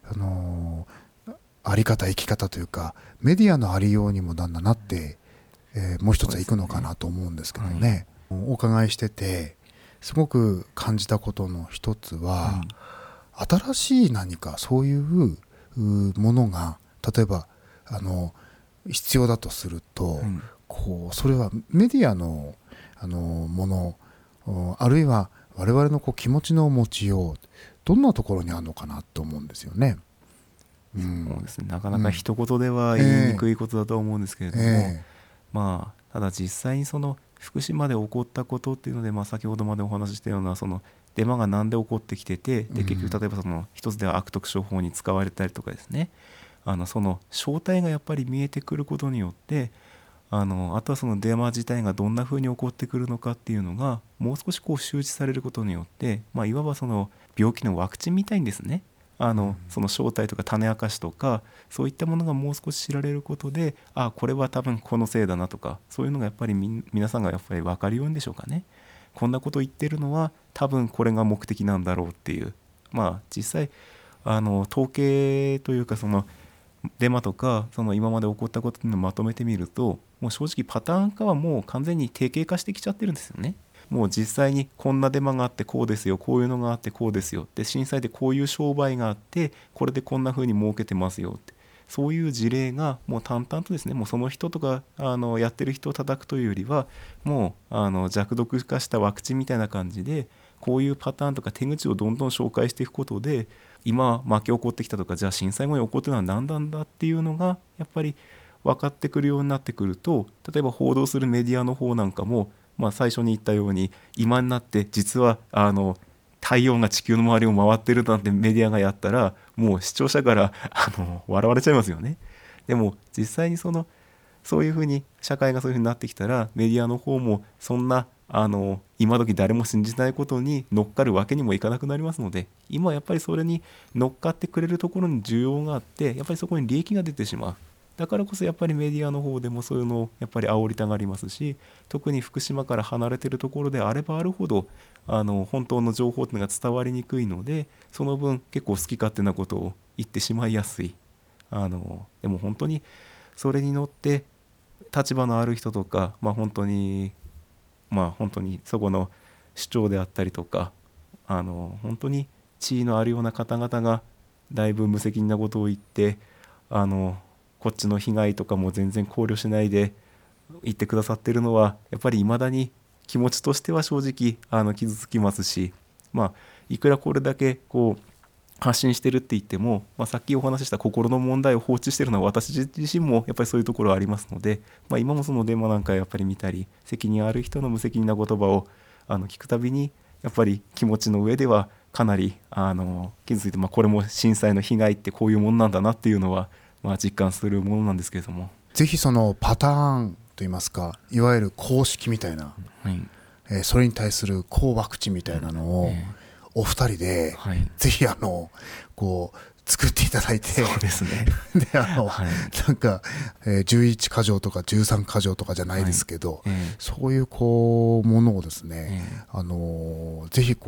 あり方生き方というかメディアのありようにもだんだんなって、もう一つはいくのかなと思うんですけどね。お伺いしててすごく感じたことの一つは、新しい何かそういうものが例えば必要だとすると、それはメディアのもの、あるいは我々の気持ちの持ちよう、どんなところにあるのかなと思うんですよね。 そうですね、なかなか一言では言いにくいことだと思うんですけれども、ただ実際にその福島で起こったことっていうので、先ほどまでお話ししたようなそのデマがなんで起こってきてて、で結局例えばその一つでは悪徳商法に使われたりとかですね、その正体がやっぱり見えてくることによって、あとはそのデマ自体がどんな風に起こってくるのかっていうのがもう少し周知されることによって、いわばその病気のワクチンみたいにですね、その正体とか種明かしとかそういったものがもう少し知られることで、これは多分このせいだなとか、そういうのがやっぱり皆さんがやっぱり分かるようにでしょうかね。こんなこと言ってるのは多分これが目的なんだろうっていう、実際統計というかそのデマとかその今まで起こったことをまとめてみると、もう正直パターン化はもう完全に定型化してきちゃってるんですよね。もう実際にこんなデマがあってこうですよ、こういうのがあってこうですよ、で震災でこういう商売があってこれでこんな風に儲けてますよって、そういう事例がもう淡々とですね、もうその人とかやってる人を叩くというよりは、もう弱毒化したワクチンみたいな感じでこういうパターンとか手口をどんどん紹介していくことで、今巻き起こってきたとか、じゃあ震災後に起こってるのは何なんだっていうのがやっぱり分かってくるようになってくると、例えば報道するメディアの方なんかも、最初に言ったように今になって実は太陽が地球の周りを回ってるなんてメディアがやったらもう視聴者から笑われちゃいますよね。でも実際にそういうふうに社会がそういうふうになってきたらメディアの方もそんな今時誰も信じないことに乗っかるわけにもいかなくなりますので、今やっぱりそれに乗っかってくれるところに需要があって、やっぱりそこに利益が出てしまう。だからこそやっぱりメディアの方でもそういうのをやっぱり煽りたがりますし、特に福島から離れているところであればあるほど本当の情報っていうのが伝わりにくいので、その分結構好き勝手なことを言ってしまいやすい。でも本当にそれに乗って立場のある人とか、本当にそこの主張であったりとか本当に地位のあるような方々がだいぶ無責任なことを言ってこっちの被害とかも全然考慮しないで言ってくださってるのはやっぱり未だに気持ちとしては正直傷つきますし、いくらこれだけ発信してるって言っても、さっきお話しした心の問題を放置してるのは私自身もやっぱりそういうところはありますので、今もそのデマなんかやっぱり見たり責任ある人の無責任な言葉を聞くたびにやっぱり気持ちの上ではかなり傷ついて、これも震災の被害ってこういうもんなんだなっていうのは実感するものなんですけれども、 ぜひそのパターンといいますか、いわゆる公式みたいな、それに対する抗ワクチンみたいなのをお二人でぜひ作っていただいて、 そうですねでなんか11箇条とか13箇条とかじゃないですけど、そういうものをですね、ぜひ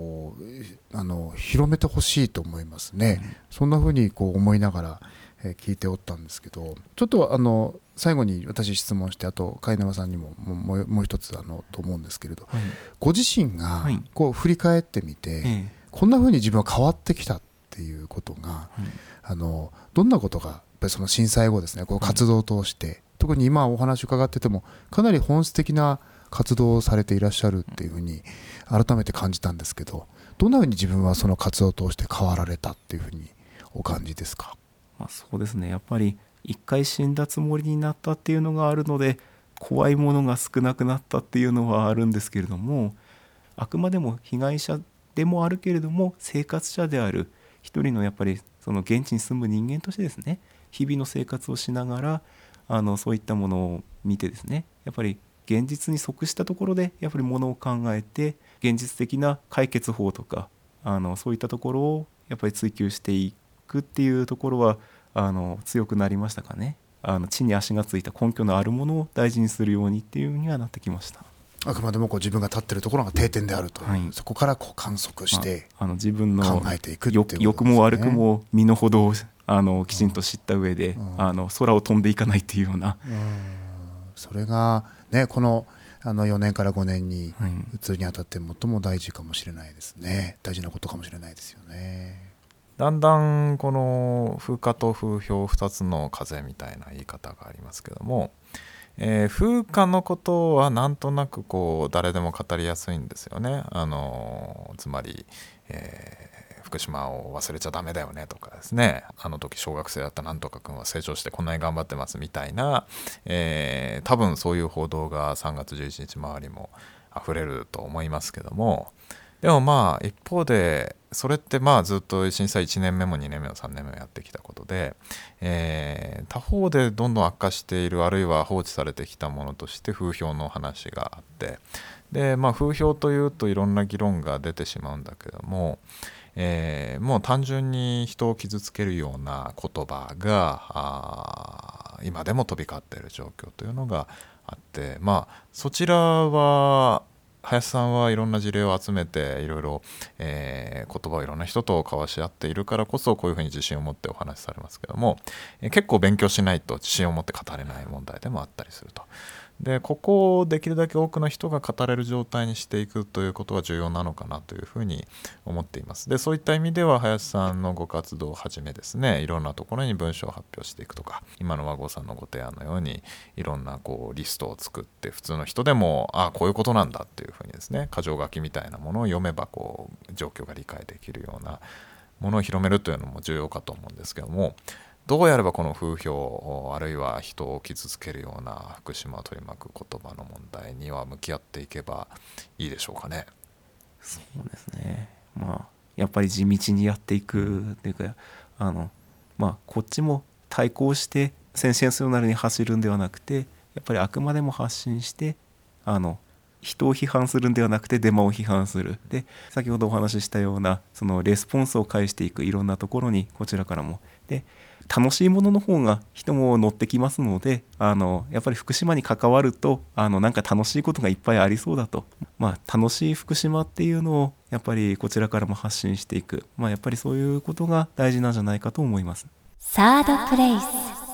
広めてほしいと思いますね。そんな風に思いながら聞いておったんですけど、ちょっと最後に私質問して、あと貝沼さんにももう一つと思うんですけれど、ご自身が振り返ってみて、こんな風に自分は変わってきたっていうことが、どんなことがやっぱりその震災後ですね、活動を通して、特に今お話伺っててもかなり本質的な活動をされていらっしゃるっていう風に改めて感じたんですけど、どんな風に自分はその活動を通して変わられたっていう風にお感じですか？ そうですね、やっぱり一回死んだつもりになったっていうのがあるので、怖いものが少なくなったっていうのはあるんですけれども、あくまでも被害者でもあるけれども生活者である一人のやっぱりその現地に住む人間としてですね、日々の生活をしながらそういったものを見てですね、やっぱり現実に即したところでやっぱりものを考えて現実的な解決法とかそういったところをやっぱり追求していくっていうところは強くなりましたかね。地に足がついた根拠のあるものを大事にするようにっていうにはなってきました。 あくまでも自分が立っているところが定点であると、そこから観測して自分の考えていくっていうことですね。 良くも悪くも身の程をきちんと知った上で空を飛んでいかないっていうような、 それがね、この4年から5年に移るにあたって最も大事かもしれないですね。大事なことかもしれないですよね。 だんだんこの風化と風評2つの風みたいな言い方がありますけども、風化のことはなんとなく誰でも語りやすいんですよね。つまり、福島を忘れちゃダメだよねとかですね、あの時小学生だったなんとか君は成長してこんなに頑張ってますみたいな、多分そういう報道が3月11日周りも溢れると思いますけども、でも一方でそれってずっと震災1年目も2年目も3年目もやってきたことで、他方でどんどん悪化している、あるいは放置されてきたものとして風評の話があって、で風評というといろんな議論が出てしまうんだけども、もう単純に人を傷つけるような言葉が今でも飛び交っている状況というのがあって、そちらは林さんはいろんな事例を集めていろいろ言葉をいろんな人と交わし合っているからこそこういうふうに自信を持ってお話しされますけども、結構勉強しないと自信を持って語れない問題でもあったりすると。でここをできるだけ多くの人が語れる状態にしていくということは重要なのかなというふうに思っています。でそういった意味では林さんのご活動をはじめですね、いろんなところに文章を発表していくとか、今の和合さんのご提案のようにいろんなリストを作って、普通の人でもこういうことなんだっていうふうにですね、箇条書きみたいなものを読めば状況が理解できるようなものを広めるというのも重要かと思うんですけども、どうやればこの風評あるいは人を傷つけるような福島を取り巻く言葉の問題には向き合っていけばいいでしょうかね。 そうですね、 やっぱり地道にやっていくっていうかこっちも対抗してセンセーショナルに走るんではなくて、やっぱりあくまでも発信して人を批判するんではなくてデマを批判する。で先ほどお話ししたようなそのレスポンスを返していく、いろんなところにこちらからもで楽しいものの方が人も乗ってきますので、やっぱり福島に関わるとなんか楽しいことがいっぱいありそうだと、楽しい福島っていうのをやっぱりこちらからも発信していく、やっぱりそういうことが大事なんじゃないかと思います。 サードプレイス。